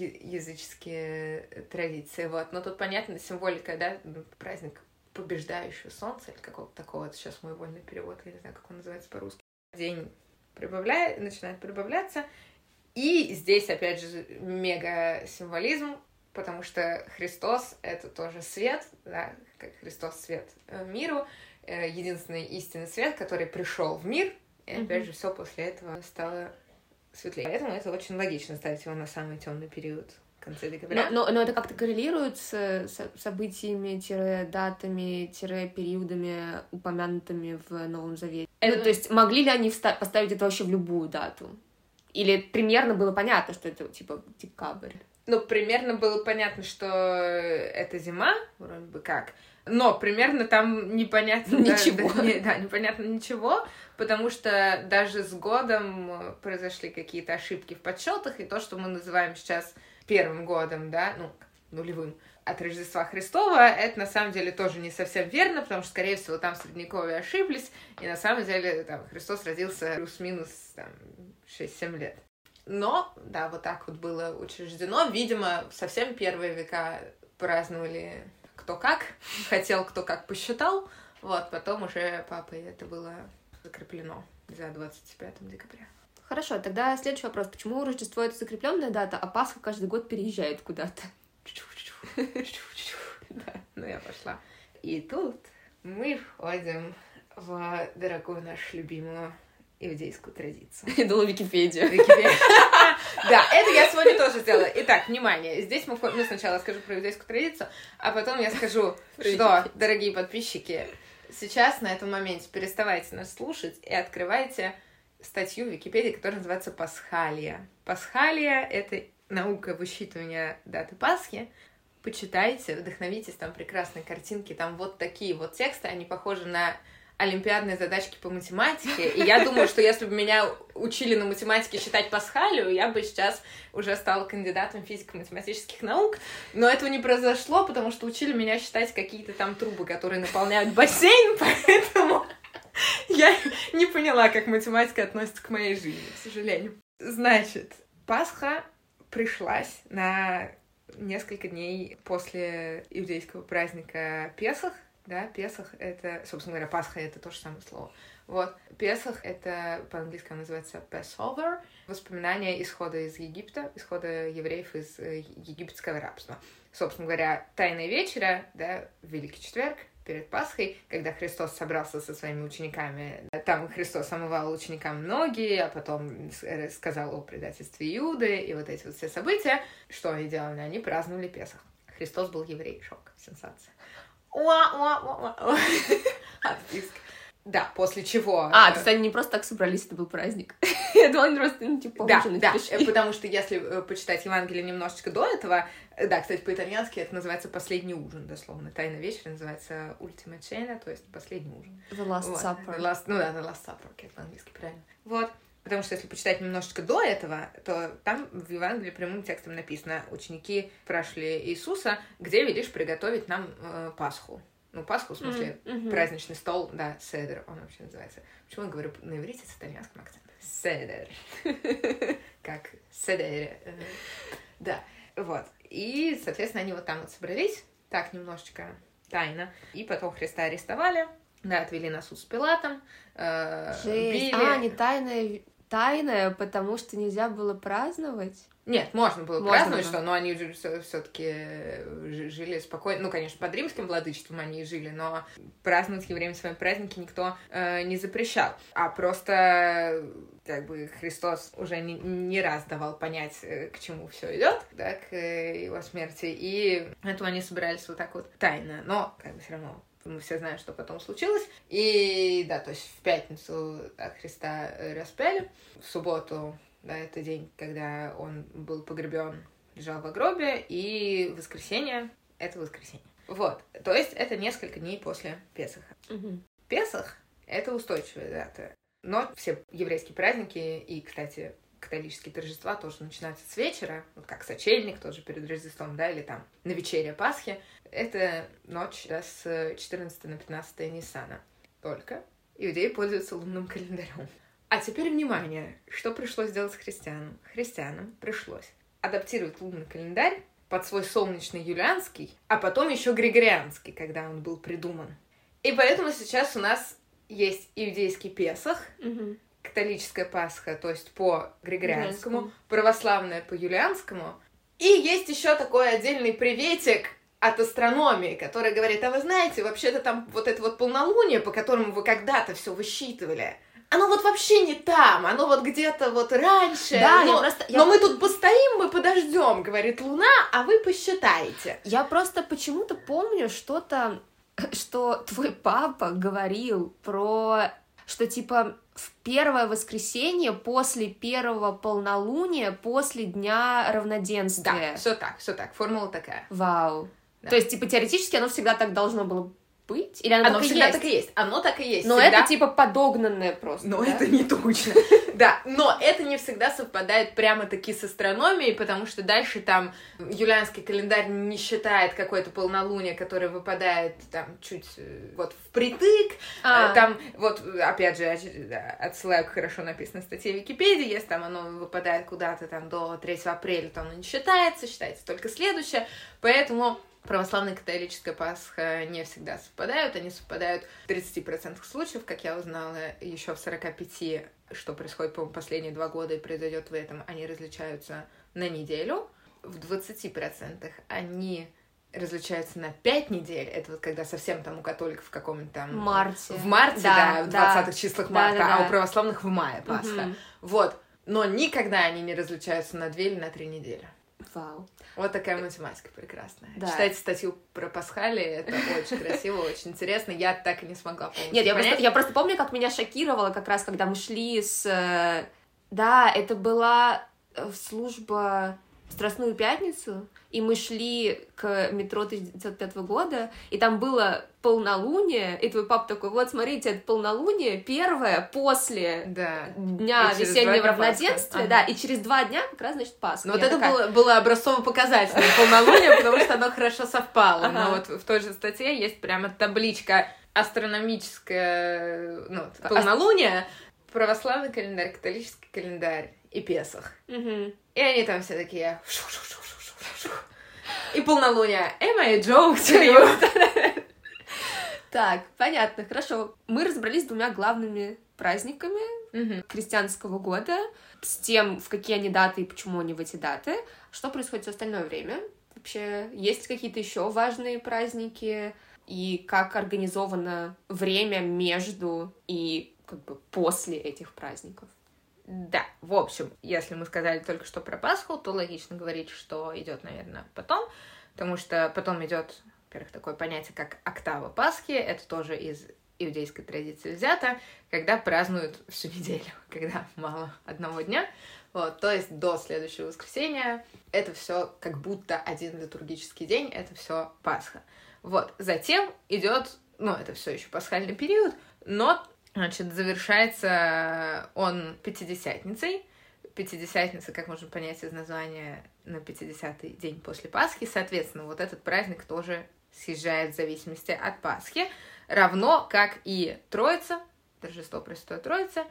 Speaker 2: языческие традиции, вот. Но тут понятно символика, да, праздник побеждающего солнца или какого-то такого, это сейчас мой вольный перевод, я не знаю, как он называется по-русски. День прибавляет, начинает прибавляться, и здесь, опять же, мега символизм, потому что Христос — это тоже свет, да, как Христос — свет миру, единственный истинный свет, который пришел в мир, и, опять mm-hmm. же, все после этого стало светлее. Поэтому это очень логично ставить его на самый темный период в конце декабря.
Speaker 1: Но, но, но это как-то коррелирует с, с событиями, датами, периодами, упомянутыми в Новом Завете? Это... Ну, то есть могли ли они вста- поставить это вообще в любую дату? Или примерно было понятно, что это, типа, декабрь?
Speaker 2: Ну, примерно было понятно, что это зима, вроде бы как, но примерно там непонятно...
Speaker 1: Ничего.
Speaker 2: Да, не, да, непонятно ничего, потому что даже с годом произошли какие-то ошибки в подсчетах, и то, что мы называем сейчас первым годом, да, ну, нулевым, от Рождества Христова, это на самом деле тоже не совсем верно, потому что, скорее всего, там в Средневековье ошиблись, и на самом деле там Христос родился плюс-минус там, шесть-семь лет. Но, да, вот так вот было учреждено. Видимо, совсем первые века праздновали кто как, хотел, кто как посчитал. Вот, потом уже папой это было закреплено за двадцать пятое декабря.
Speaker 1: Хорошо, тогда следующий вопрос. Почему Рождество — это закрепленная дата, а Пасха каждый год переезжает куда-то?
Speaker 2: Да, ну я пошла. И тут мы входим в дорогую нашу любимую иудейскую традицию.
Speaker 1: Я думала, Википедию.
Speaker 2: Да, это я сегодня тоже сделала. Итак, внимание, здесь мы входим... Ну, сначала скажу про иудейскую традицию, а потом я скажу, что, дорогие подписчики, сейчас на этом моменте переставайте нас слушать и открывайте статью в Википедии, которая называется «Пасхалия». Пасхалия — это наука высчитывания даты Пасхи. Почитайте, вдохновитесь, там прекрасные картинки, там вот такие вот тексты, они похожи на олимпиадные задачки по математике, и я думаю, что если бы меня учили на математике считать Пасхалию, я бы сейчас уже стала кандидатом физико-математических наук, но этого не произошло, потому что учили меня считать какие-то там трубы, которые наполняют бассейн, поэтому я не поняла, как математика относится к моей жизни, к сожалению. Значит, Пасха пришлась на несколько дней после иудейского праздника Песах. Да, Песах — это, собственно говоря, Пасха — это то же самое слово. Вот. Песах — это по-английски называется Passover, воспоминания исхода из Египта, исхода евреев из египетского рабства. Собственно говоря, Тайная вечеря, да, Великий четверг, перед Пасхой, когда Христос собрался со своими учениками. Там Христос омывал ученикам ноги, а потом сказал о предательстве Иуды, и вот эти вот все события. Что они делали? Они праздновали Песах. Христос был еврей. Шок. Сенсация. Уа-уа-уа-уа. Отписка. Да, после чего...
Speaker 1: А, то есть они не просто так собрались, это был праздник. Я думала, они просто, ну, типа,
Speaker 2: да,
Speaker 1: ужинать
Speaker 2: да,
Speaker 1: пришли.
Speaker 2: потому что если почитать Евангелие немножечко до этого, да, кстати, по-итальянски это называется «последний ужин», дословно. «Тайна вечера» называется «ultima cena», то есть «последний ужин».
Speaker 1: The Last
Speaker 2: вот.
Speaker 1: Supper.
Speaker 2: The last, ну да, The Last Supper, как по-английски, правильно. Вот. Потому что если почитать немножечко до этого, то там в Евангелии прямым текстом написано: ученики спрашивали Иисуса, где велишь приготовить нам э, Пасху. Ну, Пасху, в смысле,
Speaker 1: mm-hmm.
Speaker 2: праздничный стол, да, седер, он вообще называется. Почему я говорю на иврите с итальянским акцентом? Седер. Как седер. Да, вот. И, соответственно, они вот там вот собрались, так немножечко тайно, и потом Христа арестовали, да, отвели на суд с Пилатом,
Speaker 1: били. А, не тайное... Тайное, потому что нельзя было праздновать?
Speaker 2: Нет, можно было
Speaker 1: можно
Speaker 2: праздновать,
Speaker 1: было.
Speaker 2: что, но они же все-таки жили спокойно. Ну, конечно, под римским владычеством они жили, но праздновать евреям свои праздники никто э, не запрещал. А просто, как бы, Христос уже не, не раз давал понять, к чему все идет, да, к его смерти. И поэтому они собирались вот так вот тайно. Но, как бы, все равно мы все знаем, что потом случилось. И, да, то есть в пятницу да, Христа распяли. В субботу, да, это день, когда он был погребен, лежал в гробе. И в воскресенье — это воскресенье. Вот. То есть это несколько дней после Песаха.
Speaker 1: Угу.
Speaker 2: Песах — это устойчивая дата. Но все еврейские праздники и, кстати, католические торжества тоже начинаются с вечера, вот как сочельник, тоже перед Рождеством, да, или там на вечере Пасхи. Это ночь, да, с четырнадцатого на пятнадцатое Ниссана. Только иудеи пользуются лунным календарем. А теперь внимание, что пришлось сделать христианам? Христианам пришлось адаптировать лунный календарь под свой солнечный юлианский, а потом еще григорианский, когда он был придуман. И поэтому сейчас у нас есть иудейский Песах,
Speaker 1: угу.
Speaker 2: католическая Пасха, то есть по григорианскому, православная по юлианскому. И есть еще такой отдельный приветик от астрономии, который говорит: а вы знаете, вообще-то там вот это вот полнолуние, по которому вы когда-то все высчитывали, оно вот вообще не там, оно вот где-то вот раньше.
Speaker 1: Да,
Speaker 2: но,
Speaker 1: я просто, я...
Speaker 2: но мы тут постоим, мы подождем, говорит Луна, а вы посчитаете.
Speaker 1: Я просто почему-то помню что-то, что твой папа говорил про... что, типа, в первое воскресенье после первого полнолуния, после дня равноденствия.
Speaker 2: Да, все так, все так, формула такая.
Speaker 1: Вау. Да. То есть, типа, теоретически оно всегда так должно было быть? Или оно,
Speaker 2: оно
Speaker 1: так
Speaker 2: всегда
Speaker 1: и есть?
Speaker 2: так и есть. Оно так и есть.
Speaker 1: Но
Speaker 2: всегда...
Speaker 1: это, типа, подогнанное просто,
Speaker 2: Но
Speaker 1: да?
Speaker 2: это не точно. Да, но это не всегда совпадает прямо-таки с астрономией, потому что дальше там юлианский календарь не считает какое-то полнолуние, которое выпадает там чуть вот впритык. А. Там вот, опять же, отсылаю к хорошо написанной статье в Википедии, если там оно выпадает куда-то там до третьего апреля, то оно не считается, считается только следующее. Поэтому православная и католическая Пасха не всегда совпадают. Они совпадают в тридцати процентах случаев, как я узнала, еще в сорока пяти, что происходит, по-моему, последние два года и произойдет в этом, они различаются на неделю. В двадцати процентах они различаются на пять недель. Это вот когда совсем там у католиков в каком-нибудь там...
Speaker 1: Марте.
Speaker 2: В марте, да, да в двадцатых
Speaker 1: да.
Speaker 2: числах
Speaker 1: да,
Speaker 2: марта,
Speaker 1: да, да.
Speaker 2: а у православных в мае Пасха.
Speaker 1: Угу.
Speaker 2: Вот. Но никогда они не различаются на две или на три недели.
Speaker 1: Вау.
Speaker 2: Вот такая математика прекрасная.
Speaker 1: Да.
Speaker 2: Читайте статью про Пасхали, это очень красиво, очень интересно. Я так и не смогла полностью
Speaker 1: Нет, я
Speaker 2: понять.
Speaker 1: просто, я просто помню, как меня шокировало как раз, когда мы шли с... Да, это была служба в Страстную Пятницу, и мы шли к метро тысяча девятьсот пятого года, и там было полнолуние, и твой папа такой: вот, смотрите, это полнолуние первое после
Speaker 2: да.
Speaker 1: дня весеннего равноденствия, ага. да, и через два дня как раз, значит, Пасха.
Speaker 2: Ну вот
Speaker 1: я
Speaker 2: это
Speaker 1: такая...
Speaker 2: было, было образцово-показательное полнолуние, потому что оно хорошо совпало.
Speaker 1: Ага.
Speaker 2: Но вот в той же статье есть прямо табличка астрономическое, ну, полнолуние, православный календарь, католический календарь и Песах.
Speaker 1: Угу.
Speaker 2: И они там все такие... И полнолуние. Am I a joke to you?
Speaker 1: Так, понятно, хорошо. Мы разобрались с двумя главными праздниками
Speaker 2: mm-hmm.
Speaker 1: христианского года, с тем, в какие они даты и почему они в эти даты. Что происходит в остальное время? Вообще, есть ли какие-то еще важные праздники? и как организовано время между и как бы после этих праздников.
Speaker 2: Да, в общем, если мы сказали только что про Пасху, то логично говорить, что идет, наверное, потом, потому что потом идет, во-первых, такое понятие, как октава Пасхи, это тоже из иудейской традиции взято, когда празднуют всю неделю, когда мало одного дня, вот, то есть до следующего воскресенья это все как будто один литургический день, это все Пасха. Вот, затем идет, ну, это все еще пасхальный период, но значит, завершается он Пятидесятницей. Пятидесятница, как можно понять из названия, на пятидесятый день после Пасхи. Соответственно, вот этот праздник тоже съезжает в зависимости от Пасхи. Равно как и Троица, торжество Пресвятой Троицы,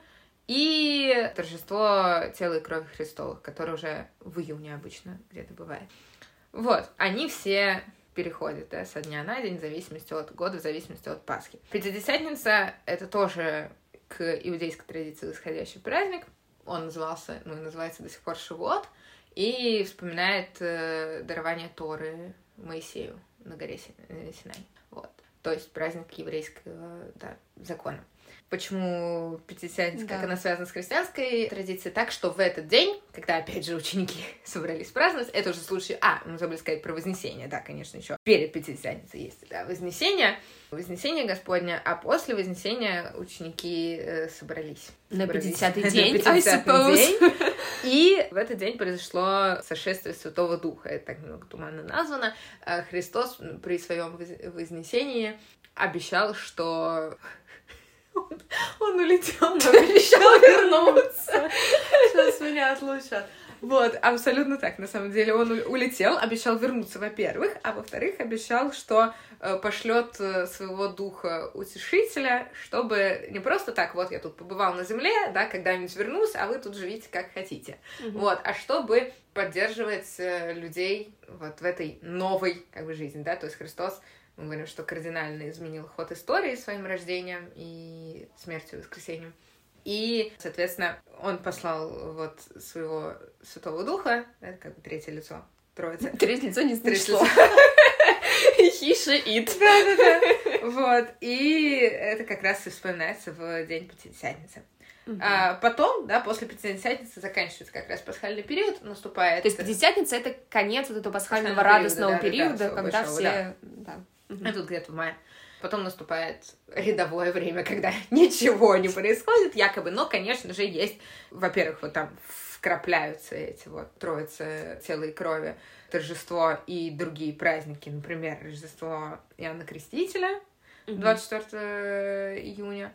Speaker 2: и торжество тела и крови Христовых, которое уже в июне обычно где-то бывает. Вот, они все переходит, да, со дня на день, в зависимости от года, в зависимости от Пасхи. Пятидесятница — это тоже к иудейской традиции восходящий праздник. Он назывался, ну, и называется до сих пор Шивот, и вспоминает э, дарование Торы Моисею на горе Синай. Вот. То есть праздник еврейского, да, закона. Почему Пятидесятница, да, как она связана с христианской традицией, так что в этот день, когда, опять же, ученики собрались праздновать, это уже случай... А, мы забыли сказать про Вознесение, да, конечно, еще перед Пятидесятницей есть, да, Вознесение, Вознесение Господня, а после Вознесения ученики э, собрались.
Speaker 1: На пятидесятый
Speaker 2: день,
Speaker 1: I suppose.
Speaker 2: И в этот день произошло сошествие Святого Духа, это так немного туманно названо. Христос при своем Вознесении обещал, что... Он, он улетел, но обещал вернуться. Сейчас меня отлучат. Вот, абсолютно так. На самом деле он улетел, обещал вернуться, во-первых, а во-вторых, обещал, что э, пошлет своего духа утешителя, чтобы не просто так, вот я тут побывал на земле, да, когда-нибудь вернусь, а вы тут живите как хотите. Mm-hmm. Вот, а чтобы поддерживать э, людей вот в этой новой как бы жизни, да, то есть Христос, мы говорим, что кардинально изменил ход истории своим рождением и смертью и воскресением. И, соответственно, он послал вот своего Святого Духа, это как бы третье лицо Троицы.
Speaker 1: Третье лицо не пришло. Хише ит.
Speaker 2: Да-да-да. Вот. И это как раз и вспоминается в день Пятидесятницы. Uh-huh. А потом, да, после Пятидесятницы заканчивается как раз пасхальный период, наступает...
Speaker 1: То есть Пятидесятница — это конец вот этого пасхального радостного периода, периода да, когда большого, все...
Speaker 2: Да. Да. Uh-huh. А тут где-то в мае. Потом наступает рядовое время, когда ничего не происходит, якобы. Но, конечно же, есть... Во-первых, вот там вкрапляются эти вот Троицы тела и крови, торжество и другие праздники. Например, Рождество Иоанна Крестителя двадцать четвёртого июня.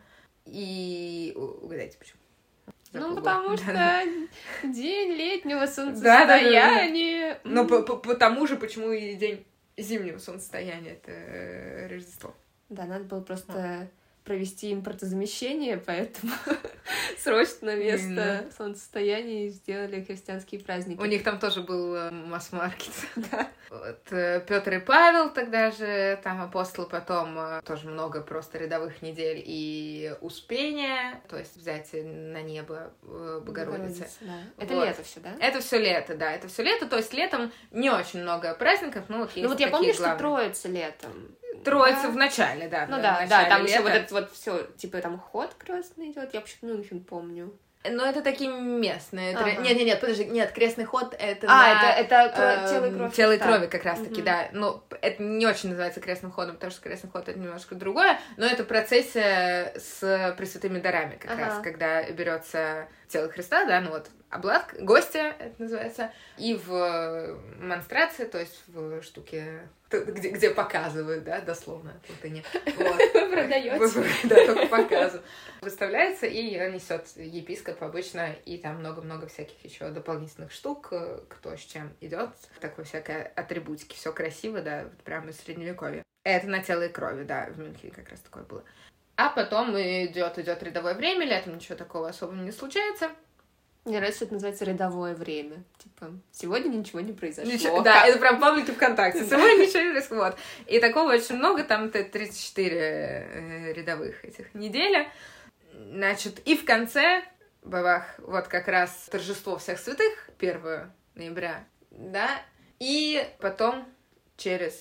Speaker 2: И угадайте, почему?
Speaker 1: Ну, потому что день летнего солнцестояния.
Speaker 2: Ну, потому же, почему и день зимнего солнцестояния, это Рождество.
Speaker 1: Да, надо было просто провести импортозамещение, поэтому срочно вместо солнцестояния сделали христианские праздники.
Speaker 2: У них там тоже был масс-маркет. Да. Вот, Петр и Павел тогда же, там апостолы, потом тоже много просто рядовых недель и Успения, то есть взятие на небо Богородицы.
Speaker 1: Богородица, да. Это
Speaker 2: вот.
Speaker 1: Лето все, да?
Speaker 2: Это все лето, да, это все лето, то есть летом не очень много праздников, но вот есть
Speaker 1: Ну вот я
Speaker 2: такие
Speaker 1: помню,
Speaker 2: главные.
Speaker 1: Что Троица летом.
Speaker 2: Троица
Speaker 1: да?
Speaker 2: в начале, да.
Speaker 1: Ну да, да, там еще вот этот вот все, типа там ход крестный идет, я почему-то Мюнхен помню.
Speaker 2: Но это такие местные.
Speaker 1: Ага.
Speaker 2: Нет, нет, нет, подожди, нет, крестный ход это
Speaker 1: а,
Speaker 2: на...
Speaker 1: это, это э, тело и кровь.
Speaker 2: Тело и крови как раз-таки,
Speaker 1: угу.
Speaker 2: Да. Ну, это не очень называется крестным ходом, потому что крестный ход это немножко другое, но это процессия с пресвятыми дарами как ага. раз, когда берется тело Христа, да, ну вот, обладка, гостя, это называется, и в монстрации, то есть в штуке, где, где показывают, да, дословно, тут и не.
Speaker 1: Продаёте.
Speaker 2: Да, только показывают. Выставляется, и ее несет епископ обычно, и там много-много всяких еще дополнительных штук, кто с чем идет, такой всякой атрибутики, все красиво, да, прямо из средневековья. Это на тело и крови, да, в Мюнхене как раз такое было. А потом идет, идет рядовое время, летом ничего такого особо не случается.
Speaker 1: Мне нравится, что это называется рядовое время. Типа, сегодня ничего не произошло.
Speaker 2: Ничего, да, это прям паблики ВКонтакте. Сегодня ничего не происходит. И такого очень много, там тридцать четыре рядовых этих недели. Значит, и в конце, бабах, вот как раз торжество всех святых, первого ноября, да, и потом через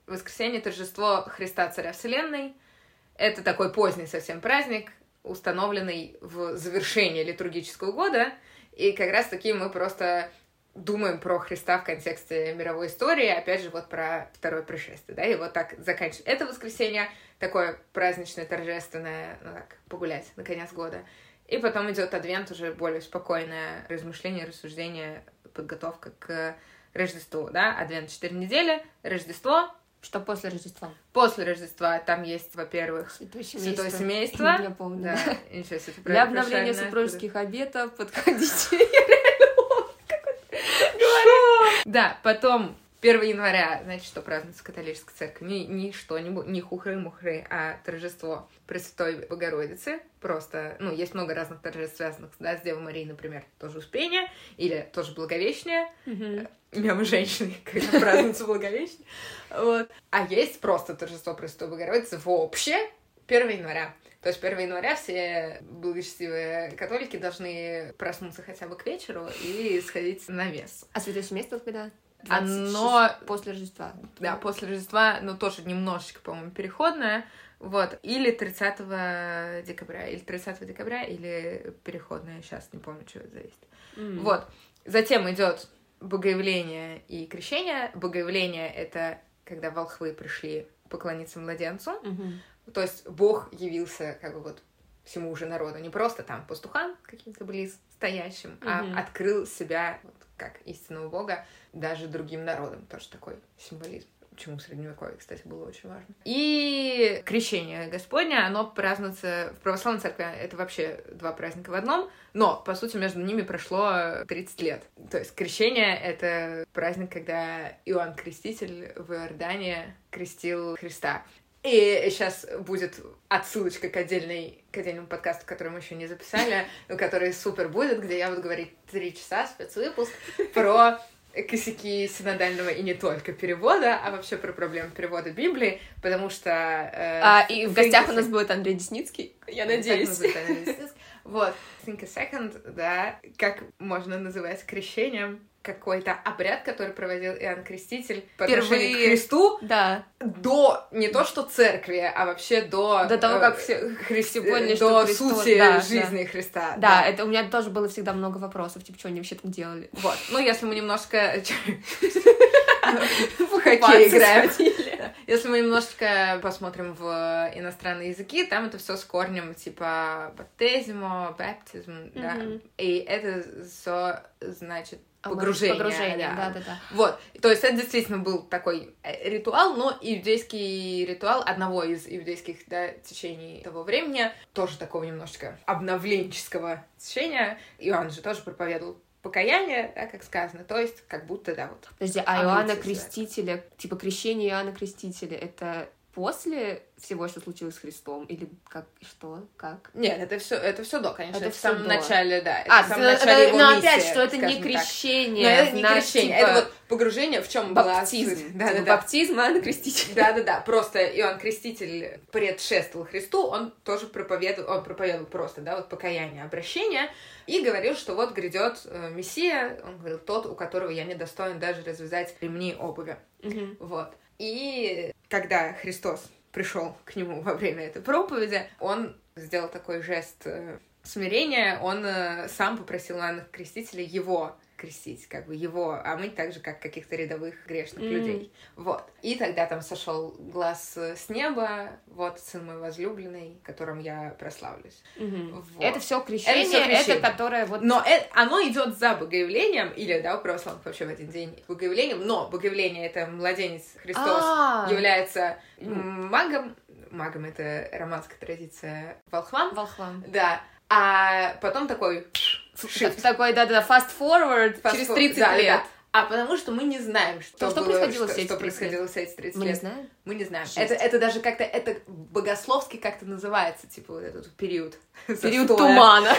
Speaker 2: Воскресенье — торжество Христа Царя Вселенной. Это такой поздний совсем праздник, установленный в завершении литургического года. И как раз-таки мы просто думаем про Христа в контексте мировой истории, опять же, вот про второе пришествие, да, и вот так заканчиваем. Это воскресенье такое праздничное, торжественное, ну так, погулять на конец года. И потом идет Адвент, уже более спокойное размышление, рассуждение, подготовка к Рождеству, да, Адвент четыре недели, Рождество.
Speaker 1: Что после Рождества?
Speaker 2: После Рождества там есть, во-первых,
Speaker 1: Святое семейство.
Speaker 2: Святое семейство.
Speaker 1: Я помню,
Speaker 2: да.
Speaker 1: да.
Speaker 2: Ничего себе, ты
Speaker 1: Для обновления супружеских обетов подходите. Я реально ловко говорю.
Speaker 2: Да, потом первого января, значит, что празднуется в католической церкви? Не, не что-нибудь, не хухры-мухры, а торжество Пресвятой Богородицы. Просто, ну, есть много разных торжеств, связанных, да, с Девой Марией, например, тоже Успение, или тоже Благовещение. Мемы женщины, когда празднуется Благовещение. Вот. А есть просто торжество Пресвятой Богородицы вообще первого января. То есть первого января все благочестивые католики должны проснуться хотя бы к вечеру и сходить на мессу.
Speaker 1: А Святое семейство когда?
Speaker 2: Оно...
Speaker 1: После Рождества.
Speaker 2: Да, после Рождества, но тоже немножечко, по-моему, переходное. Вот. Или тридцатого декабря, или тридцатого декабря, или переходное. Сейчас не помню, что это зависит. Mm. Вот. Затем идет Богоявление и Крещение. Богоявление — это когда волхвы пришли поклониться младенцу.
Speaker 1: Mm-hmm.
Speaker 2: То есть Бог явился как бы вот всему уже народу. Не просто там пастухам каким-то близ стоящим, mm-hmm. а открыл себя вот, как истинного Бога даже другим народам. Тоже такой символизм. Почему в Средневековье, кстати, было очень важно. И Крещение Господня, оно празднуется в православной церкви. Это вообще два праздника в одном, но, по сути, между ними прошло тридцать лет. То есть Крещение — это праздник, когда Иоанн Креститель в Иордане крестил Христа. И сейчас будет отсылочка к, отдельной, к отдельному подкасту, который мы еще не записали, который супер будет, где я буду говорить три часа, спецвыпуск, про косяки синодального и не только перевода, а вообще про проблемы перевода Библии, потому что... Э,
Speaker 1: а, и в гостях у нас будет Андрей Десницкий, я надеюсь.
Speaker 2: Вот. Think a second, да, как можно называть крещением какой-то обряд, который проводил Иоанн Креститель по отношению к Христу,
Speaker 1: да.
Speaker 2: до не то что церкви, а вообще до...
Speaker 1: До того, как все,
Speaker 2: Христи...
Speaker 1: поняли,
Speaker 2: до
Speaker 1: что Христос...
Speaker 2: сути
Speaker 1: да,
Speaker 2: жизни
Speaker 1: да.
Speaker 2: Христа.
Speaker 1: Да,
Speaker 2: да,
Speaker 1: это у меня тоже было всегда много вопросов, типа, что они вообще там делали.
Speaker 2: Вот. Ну, если мы немножко... В хоккей играем. Если мы немножечко посмотрим в иностранные языки, там это все с корнем типа баптизмо, баптизм, да. И это все значит погружение.
Speaker 1: Погружение,
Speaker 2: да.
Speaker 1: да, да, да.
Speaker 2: Вот. То есть это действительно был такой ритуал, но иудейский ритуал одного из иудейских, да, течений того времени, тоже такого немножечко обновленческого течения. Иоанн же тоже проповедовал покаяние, да, как сказано, то есть как будто, да, вот.
Speaker 1: Подожди, а Иоанна Крестителя, типа крещение Иоанна Крестителя, это после всего, что случилось с Христом, или как, что, как?
Speaker 2: Нет, это все, это все до, конечно,
Speaker 1: это,
Speaker 2: это в самом до. начале, да, это
Speaker 1: а,
Speaker 2: в самом это, начале
Speaker 1: это,
Speaker 2: его
Speaker 1: но
Speaker 2: миссии,
Speaker 1: опять, что это не крещение,
Speaker 2: но это не
Speaker 1: знаешь,
Speaker 2: крещение,
Speaker 1: типа...
Speaker 2: это вот погружение, в чем
Speaker 1: баптизм,
Speaker 2: была суть. Да,
Speaker 1: типа
Speaker 2: да, да.
Speaker 1: Баптизм Иоанна Крестителя.
Speaker 2: Да-да-да, просто Иоанн Креститель предшествовал Христу, он тоже проповедовал, он проповедовал просто, да, вот покаяние, обращение, и говорил, что вот грядет э, Мессия, он говорил, тот, у которого я не достоин даже развязать ремни обуви.
Speaker 1: Угу.
Speaker 2: Вот. И когда Христос пришел к нему во время этой проповеди, он сделал такой жест э, смирения, он э, сам попросил Иоанна Крестителя его крестить, как бы его, а мы так же, как каких-то рядовых грешных mm. людей. Вот. И тогда там сошел глаз с неба, вот сын мой возлюбленный, которым я прославлюсь.
Speaker 1: Mm-hmm.
Speaker 2: Вот.
Speaker 1: Это все крещение, это, всё крещение. Это которое вот...
Speaker 2: Но это, оно идет за богоявлением, или, да, у православных вообще в один день богоявлением, но богоявление — это младенец Христос, А-а-а. является магом, магом — это романская традиция, волхвам.
Speaker 1: Волхвам.
Speaker 2: Да. А потом такой...
Speaker 1: Shift. Такой, да-да, fast forward fast через тридцать
Speaker 2: да,
Speaker 1: лет.
Speaker 2: Да. А потому что мы не знаем, что,
Speaker 1: что,
Speaker 2: было,
Speaker 1: происходило,
Speaker 2: что,
Speaker 1: все
Speaker 2: что происходило с эти тридцать
Speaker 1: мы
Speaker 2: лет.
Speaker 1: Не знаем?
Speaker 2: Мы не знаем. Это, это даже как-то, это богословски как-то называется, типа вот этот период.
Speaker 1: Период тумана.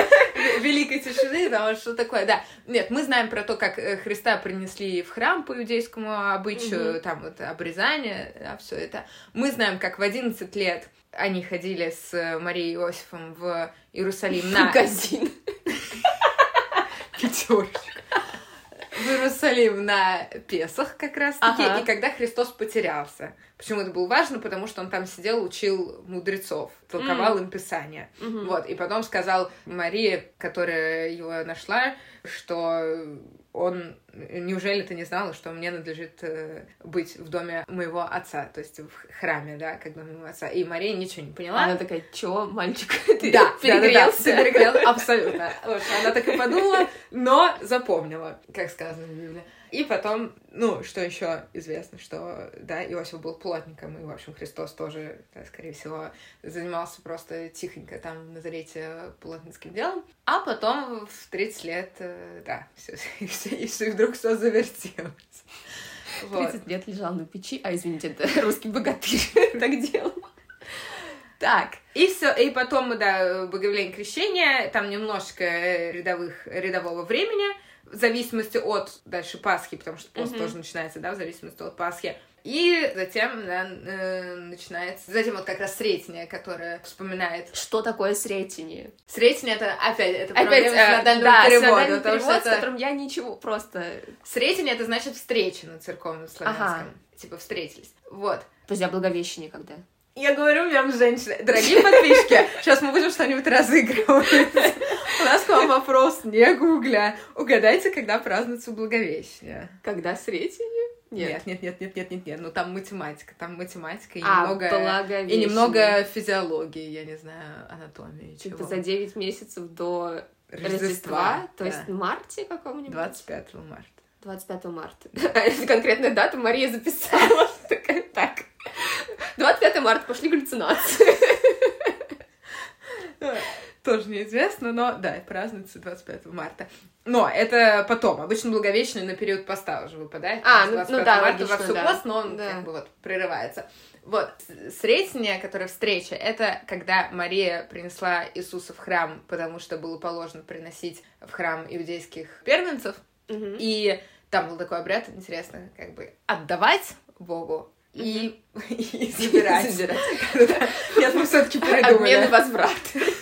Speaker 2: Великой тишины, там что такое, да. Нет, мы знаем про то, как Христа принесли в храм по иудейскому обычаю, угу. там вот обрезание, да, все это. Мы знаем, как в одиннадцать лет они ходили с Марией и Иосифом в Иерусалим на...
Speaker 1: магазин.
Speaker 2: Пятерочка. в Иерусалим на Песах как раз-таки,
Speaker 1: Ага.
Speaker 2: и когда Христос потерялся. Почему это было важно? Потому что он там сидел, учил мудрецов, толковал
Speaker 1: М.
Speaker 2: им Писание.
Speaker 1: Мгм.
Speaker 2: Вот, и потом сказал Марии, которая его нашла, что он... Неужели ты не знала, что мне надлежит э, быть в доме моего отца, то есть в храме, да, как доме моего отца. И Мария ничего не поняла.
Speaker 1: Она такая, чё, мальчик, ты
Speaker 2: Да,
Speaker 1: перегрелся?
Speaker 2: Да, да, да, ты перегрел, абсолютно. Вот, она так и подумала, но запомнила, как сказано в Библии. И потом, ну, что еще известно, что, да, Иосиф был плотником, и, в общем, Христос тоже, да, скорее всего, занимался просто тихонько там в Назарете плотницким делом. А потом в тридцать лет, э, да, все, и, все, и, все, и вдруг все завертелось. Вот.
Speaker 1: тридцать лет лежал на печи, а, извините, это русский богатырь так делал.
Speaker 2: Так, и все, и потом, да, Богоявление крещения, там немножко рядовых, рядового времени, в зависимости от дальше Пасхи, потому что пост
Speaker 1: Мгм.
Speaker 2: тоже начинается, да, в зависимости от Пасхи. И затем, да, э, начинается, затем вот как раз Сретение, которое вспоминает.
Speaker 1: Что такое сретение?
Speaker 2: Сретение — это, опять, это
Speaker 1: Опять,
Speaker 2: проблема
Speaker 1: э,
Speaker 2: синодального
Speaker 1: да,
Speaker 2: перевода,
Speaker 1: синодальный
Speaker 2: потому
Speaker 1: перевод,
Speaker 2: что
Speaker 1: с
Speaker 2: это...
Speaker 1: которым я ничего, просто...
Speaker 2: Сретение — это значит встреча на церковном славянском.
Speaker 1: Ага.
Speaker 2: Типа встретились. Вот.
Speaker 1: Подожди, а Благовещение когда?
Speaker 2: Я говорю прям женщины. Дорогие подписчики, сейчас мы будем что-нибудь разыгрывать. У нас к вам вопрос не гугля. Угадайте, когда празднуется Благовещение.
Speaker 1: Когда Сретение?
Speaker 2: Нет, нет, нет, нет, нет, нет, нет. Ну там математика, там математика и
Speaker 1: А,
Speaker 2: немного...
Speaker 1: Благовещение.
Speaker 2: И немного физиологии, я не знаю, анатомии,
Speaker 1: Типа
Speaker 2: чего.
Speaker 1: за девять месяцев до
Speaker 2: Рождества,
Speaker 1: Рождества, то
Speaker 2: да.
Speaker 1: есть в марте каком-нибудь?
Speaker 2: двадцать пятого марта.
Speaker 1: двадцать пятого марта. Это конкретная дата, Мария записала. Такая, так. двадцать пятого марта, пошли галлюцинации.
Speaker 2: Тоже неизвестно, но да, празднуется двадцать пятого марта. Но это потом. Обычно Благовещение на период поста уже выпадает.
Speaker 1: А,
Speaker 2: То есть
Speaker 1: ну-
Speaker 2: двадцать
Speaker 1: ну
Speaker 2: пятого
Speaker 1: да,
Speaker 2: марта
Speaker 1: логично,
Speaker 2: вовсю
Speaker 1: да.
Speaker 2: пост, но он
Speaker 1: Да.
Speaker 2: как бы вот прерывается. Вот. Сретение, которое встреча, это когда Мария принесла Иисуса в храм, потому что было положено приносить в храм иудейских первенцев.
Speaker 1: Мгм.
Speaker 2: И там был такой обряд, интересно, как бы отдавать Богу и, и забирать.
Speaker 1: Забирать.
Speaker 2: Нет, мы все-таки передумали.
Speaker 1: Обмен и возврат.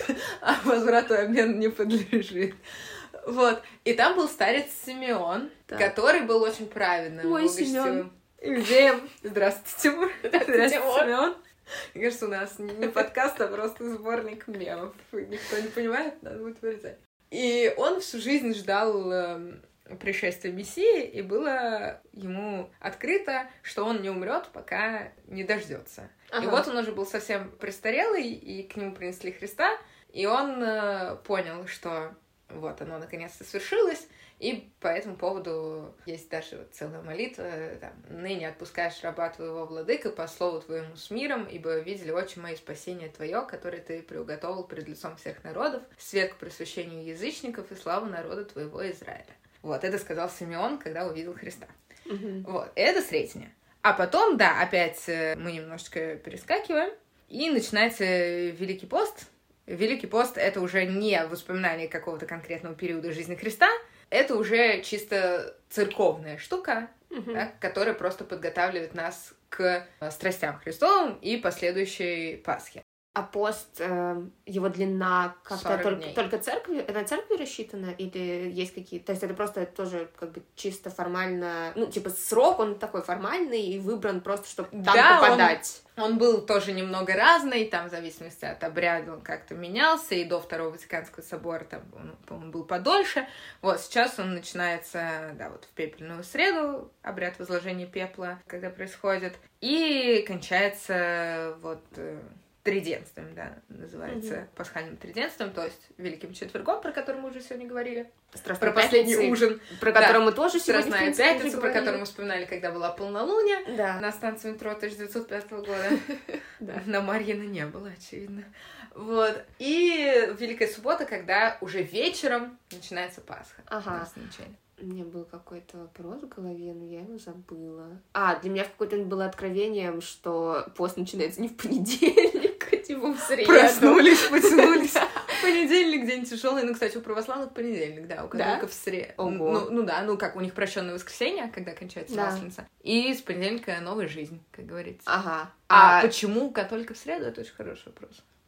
Speaker 2: А возврату обмен не подлежит. Вот. И там был старец Симеон,
Speaker 1: Так.
Speaker 2: который был очень праведным,
Speaker 1: Ой, Симеон.
Speaker 2: благочестивым иудеем. Здравствуйте, Тимур.
Speaker 1: Здравствуйте, Тимур.
Speaker 2: Симеон. Мне кажется, у нас не подкаст, а просто сборник мемов. Никто не понимает, надо будет вырезать. И он всю жизнь ждал эм, пришествия Мессии, и было ему открыто, что он не умрет, пока не дождется. И
Speaker 1: Ага.
Speaker 2: вот он уже был совсем престарелый, и к нему принесли Христа, и он э, понял, что вот оно наконец-то свершилось, и по этому поводу есть даже вот целая молитва, там, «Ныне отпускаешь раба твоего, владыка, по слову твоему с миром, ибо видели очи мои спасение твое, которое ты приуготовил пред лицом всех народов, свет к просвещению язычников и славу народа твоего Израиля». Вот, это сказал Симеон, когда увидел Христа.
Speaker 1: Мгм.
Speaker 2: Вот, это Сретение. А потом, да, опять э, мы немножечко перескакиваем, и начинается Великий пост. Великий пост — это уже не воспоминание какого-то конкретного периода жизни Христа, это уже чисто церковная штука,
Speaker 1: Мгм.
Speaker 2: да, которая просто подготавливает нас к э, страстям Христовым и последующей Пасхе.
Speaker 1: А пост, э, его длина как-то
Speaker 2: сорок
Speaker 1: только,
Speaker 2: дней.
Speaker 1: только церкви, на церкви рассчитана? Или есть какие-то... То есть это просто тоже как бы чисто формально... Ну, типа срок, он такой формальный и выбран просто, чтобы там
Speaker 2: Да, он-
Speaker 1: попадать.
Speaker 2: Он был тоже немного разный, там в зависимости от обряда он как-то менялся, и до Второго Ватиканского собора там, он, по-моему, был подольше. Вот, сейчас он начинается, да, вот в пепельную среду, обряд возложения пепла, когда происходит, и кончается вот э, триденствием, да, называется
Speaker 1: Мгм.
Speaker 2: пасхальным триденствием, то есть Великим Четвергом, про который мы уже сегодня говорили,
Speaker 1: Страстной
Speaker 2: про последний
Speaker 1: пятницы,
Speaker 2: ужин,
Speaker 1: про
Speaker 2: Да.
Speaker 1: который мы тоже сегодня, в
Speaker 2: Страстная
Speaker 1: принципе, уже
Speaker 2: пятница, про
Speaker 1: говорили.
Speaker 2: которую мы вспоминали, когда была полнолуние,
Speaker 1: Да.
Speaker 2: на станции метро тысяча девятьсот пятого года.
Speaker 1: Да.
Speaker 2: На Марьина не было, очевидно. Вот. И Великая Суббота, когда уже вечером начинается Пасха.
Speaker 1: Ага.
Speaker 2: Вознесение.
Speaker 1: У меня был какой-то вопрос в голове, но я его забыла. А, для меня в какой-то момент было откровением, что пост начинается не в понедельник, а типа в среду.
Speaker 2: Проснулись, потянулись. Понедельник, день тяжелый. Ну, кстати, у православных понедельник, да, у католиков в среду.
Speaker 1: Ого.
Speaker 2: Ну, ну да, ну как, у них прощенное воскресенье, когда кончается
Speaker 1: Да.
Speaker 2: Масленица. И с понедельника новая жизнь, как говорится.
Speaker 1: Ага.
Speaker 2: А,
Speaker 1: А,
Speaker 2: почему у католиков в среду? Это очень хороший вопрос.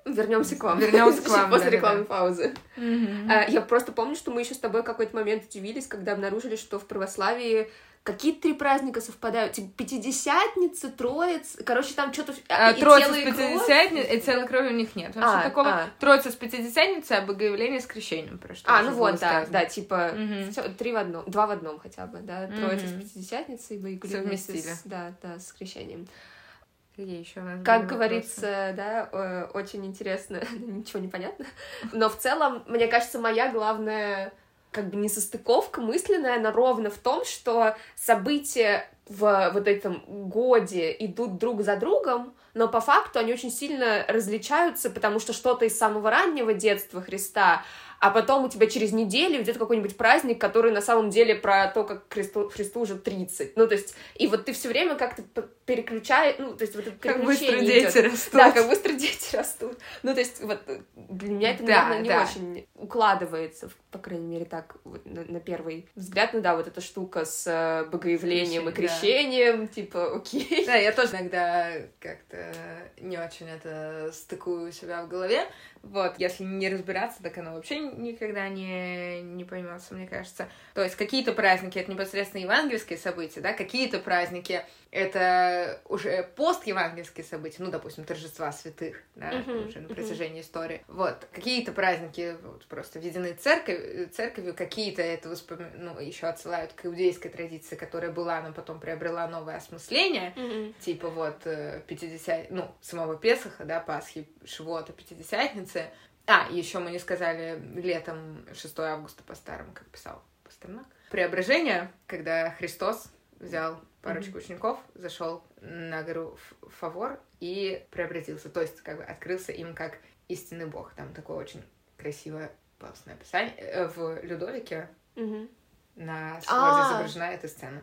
Speaker 1: Вернемся к вам.
Speaker 2: Вернемся к вам.
Speaker 1: После
Speaker 2: да,
Speaker 1: рекламной
Speaker 2: да.
Speaker 1: паузы.
Speaker 2: Mm-hmm.
Speaker 1: А, я просто помню, что мы еще с тобой какой-то момент удивились, когда обнаружили, что в православии какие-то три праздника совпадают. Типа Пятидесятница, Троица. Короче, там что-то...
Speaker 2: А, Троица с Пятидесятницей, и Целой Крови у них нет. Вообще
Speaker 1: а,
Speaker 2: такого
Speaker 1: а.
Speaker 2: Троица с Пятидесятницей, а Богоявление с Крещением. Про что
Speaker 1: а, ну вот, да,
Speaker 2: сказано.
Speaker 1: да, типа
Speaker 2: Угу.
Speaker 1: всё, три в одном, два в одном хотя бы, да. Троица
Speaker 2: Угу.
Speaker 1: с Пятидесятницей, Богоявление
Speaker 2: Совместили.
Speaker 1: с, да, да, с Крещением.
Speaker 2: Какие еще у нас
Speaker 1: Как
Speaker 2: были
Speaker 1: говорится,
Speaker 2: вопросы?
Speaker 1: да, э, очень интересно, ничего не понятно. Но в целом, мне кажется, моя главная как бы несостыковка мысленная, она ровно в том, что события в вот этом годе идут друг за другом, но по факту они очень сильно различаются, потому что что-то из самого раннего детства Христа, а потом у тебя через неделю идет какой-нибудь праздник, который на самом деле про то, как Христу, Христу уже тридцать. Ну, то есть, и вот ты все время как-то переключаешь, ну, то есть, вот это
Speaker 2: Как
Speaker 1: переключение
Speaker 2: быстро дети
Speaker 1: идёт.
Speaker 2: растут.
Speaker 1: Да, как быстро дети растут. Ну, то есть, вот для меня это,
Speaker 2: Да,
Speaker 1: наверное, не
Speaker 2: да.
Speaker 1: очень укладывается, по крайней мере, так, вот, на, на первый взгляд. Ну да, вот эта штука с э, богоявлением и крещением, да. Типа, окей.
Speaker 2: Да, я тоже иногда как-то не очень это стыкую у себя в голове. Вот, если не разбираться, так оно вообще никогда не, не поймется, мне кажется. То есть какие-то праздники — это непосредственно евангельские события, да, какие-то праздники — это уже пост-евангельские события, ну, допустим, торжества святых, да, uh-huh, уже на протяжении uh-huh. истории. Вот, какие-то праздники вот, просто введены церковь, церковью, какие-то это воспом... ну, еще отсылают к иудейской традиции, которая была, но потом приобрела новое осмысление, uh-huh. типа вот пятидесят, ну, самого Песаха, да, Пасхи, Шивота, Пятидесятницы. А, еще мы не сказали летом шестого августа по-старому, как писал Пастернак. Преображение, когда Христос взял парочку mm-hmm. учеников, зашел на гору Фавор и преобразился. То есть, как бы, открылся им как истинный Бог. Там такое очень красивое пафосное описание. В Людовике mm-hmm. на своде изображена эта сцена.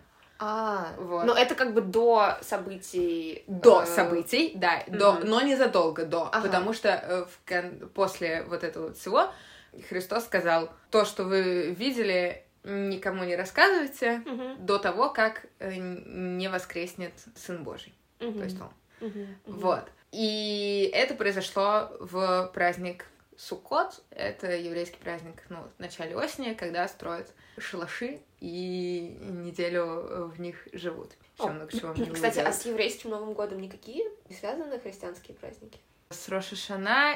Speaker 1: А,
Speaker 2: вот.
Speaker 1: Но это как бы до событий...
Speaker 2: До событий, да, mm-hmm. до, но незадолго до.
Speaker 1: Ага.
Speaker 2: Потому что в кон... после вот этого всего Христос сказал: то, что вы видели, никому не рассказывайте uh-huh. до того, как не воскреснет Сын Божий. Uh-huh. То есть Он. Uh-huh. Uh-huh. Вот. И это произошло в праздник Суккот. Это еврейский праздник, ну, в начале осени, когда строят шалаши и неделю в них живут. Еще много чего мне
Speaker 1: Кстати, а с еврейским Новым годом никакие не связаны христианские праздники?
Speaker 2: С Рош ха-Шана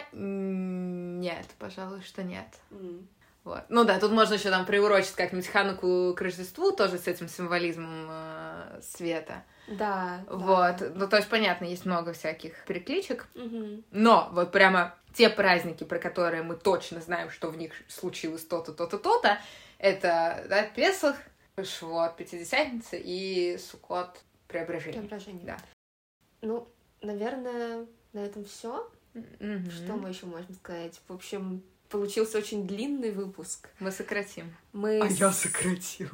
Speaker 2: нет, пожалуй, что нет.
Speaker 1: Mm.
Speaker 2: Вот. Ну да, тут можно еще там приурочить как-нибудь Хануку к Рождеству, тоже с этим символизмом э, света.
Speaker 1: Да.
Speaker 2: Вот.
Speaker 1: Да.
Speaker 2: Ну, то есть, понятно, есть много всяких перекличек.
Speaker 1: Mm-hmm.
Speaker 2: Но вот прямо те праздники, про которые мы точно знаем, что в них случилось то-то, то-то, то-то, это, да, Песах, Швот, Пятидесятница и Суккот, Преображение.
Speaker 1: Преображение.
Speaker 2: Да.
Speaker 1: Ну, наверное, на этом все.
Speaker 2: Mm-hmm.
Speaker 1: Что мы еще можем сказать? В общем, получился очень длинный выпуск.
Speaker 2: Мы сократим.
Speaker 1: Мы...
Speaker 2: А я сократил.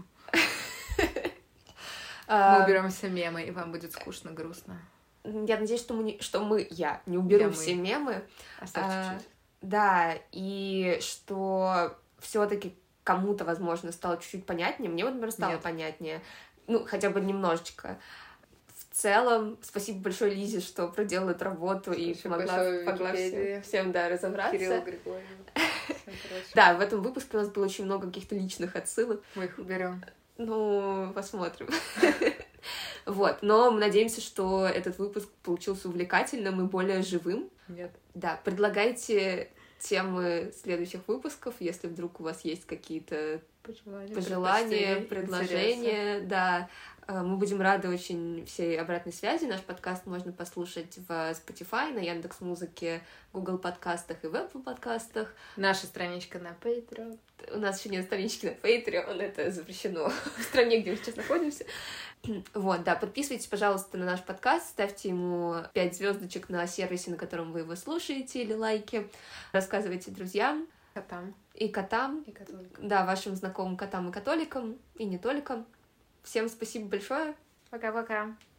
Speaker 2: Мы уберем все мемы, и вам будет скучно, грустно.
Speaker 1: Я надеюсь, что мы, не, что мы я не уберу я все мы. мемы.
Speaker 2: Оставьте
Speaker 1: а,
Speaker 2: чуть-чуть.
Speaker 1: Да, и что все-таки кому-то, возможно, стало чуть-чуть понятнее. Мне, вот, например, стало
Speaker 2: Нет.
Speaker 1: понятнее. Ну, хотя бы немножечко. В целом, спасибо большое Лизе, что проделала эту работу спасибо и помогла, помогла всем, всем да, разобраться.
Speaker 2: Кирилл Григорьев.
Speaker 1: Да, в этом выпуске у нас было очень много каких-то личных отсылок.
Speaker 2: Мы их уберем.
Speaker 1: Ну, посмотрим. Вот, но мы надеемся, что этот выпуск получился увлекательным и более живым.
Speaker 2: Нет.
Speaker 1: Да, предлагайте темы следующих выпусков, если вдруг у вас есть какие-то пожелания, пожелания предложения. Интересы. Да, мы будем рады очень всей обратной связи. Наш подкаст можно послушать в Spotify, на Яндекс.Музыке, Google подкастах и в Apple подкастах.
Speaker 2: Наша страничка на Patreon.
Speaker 1: У нас еще нет странички на Patreon, это запрещено в стране, где мы сейчас находимся. Вот, да, подписывайтесь, пожалуйста, на наш подкаст, ставьте ему пять звездочек на сервисе, на котором вы его слушаете, или лайки. Рассказывайте друзьям.
Speaker 2: Котам.
Speaker 1: И котам.
Speaker 2: И католикам.
Speaker 1: Да, вашим знакомым котам и католикам, и не только. Всем спасибо большое.
Speaker 2: Пока-пока.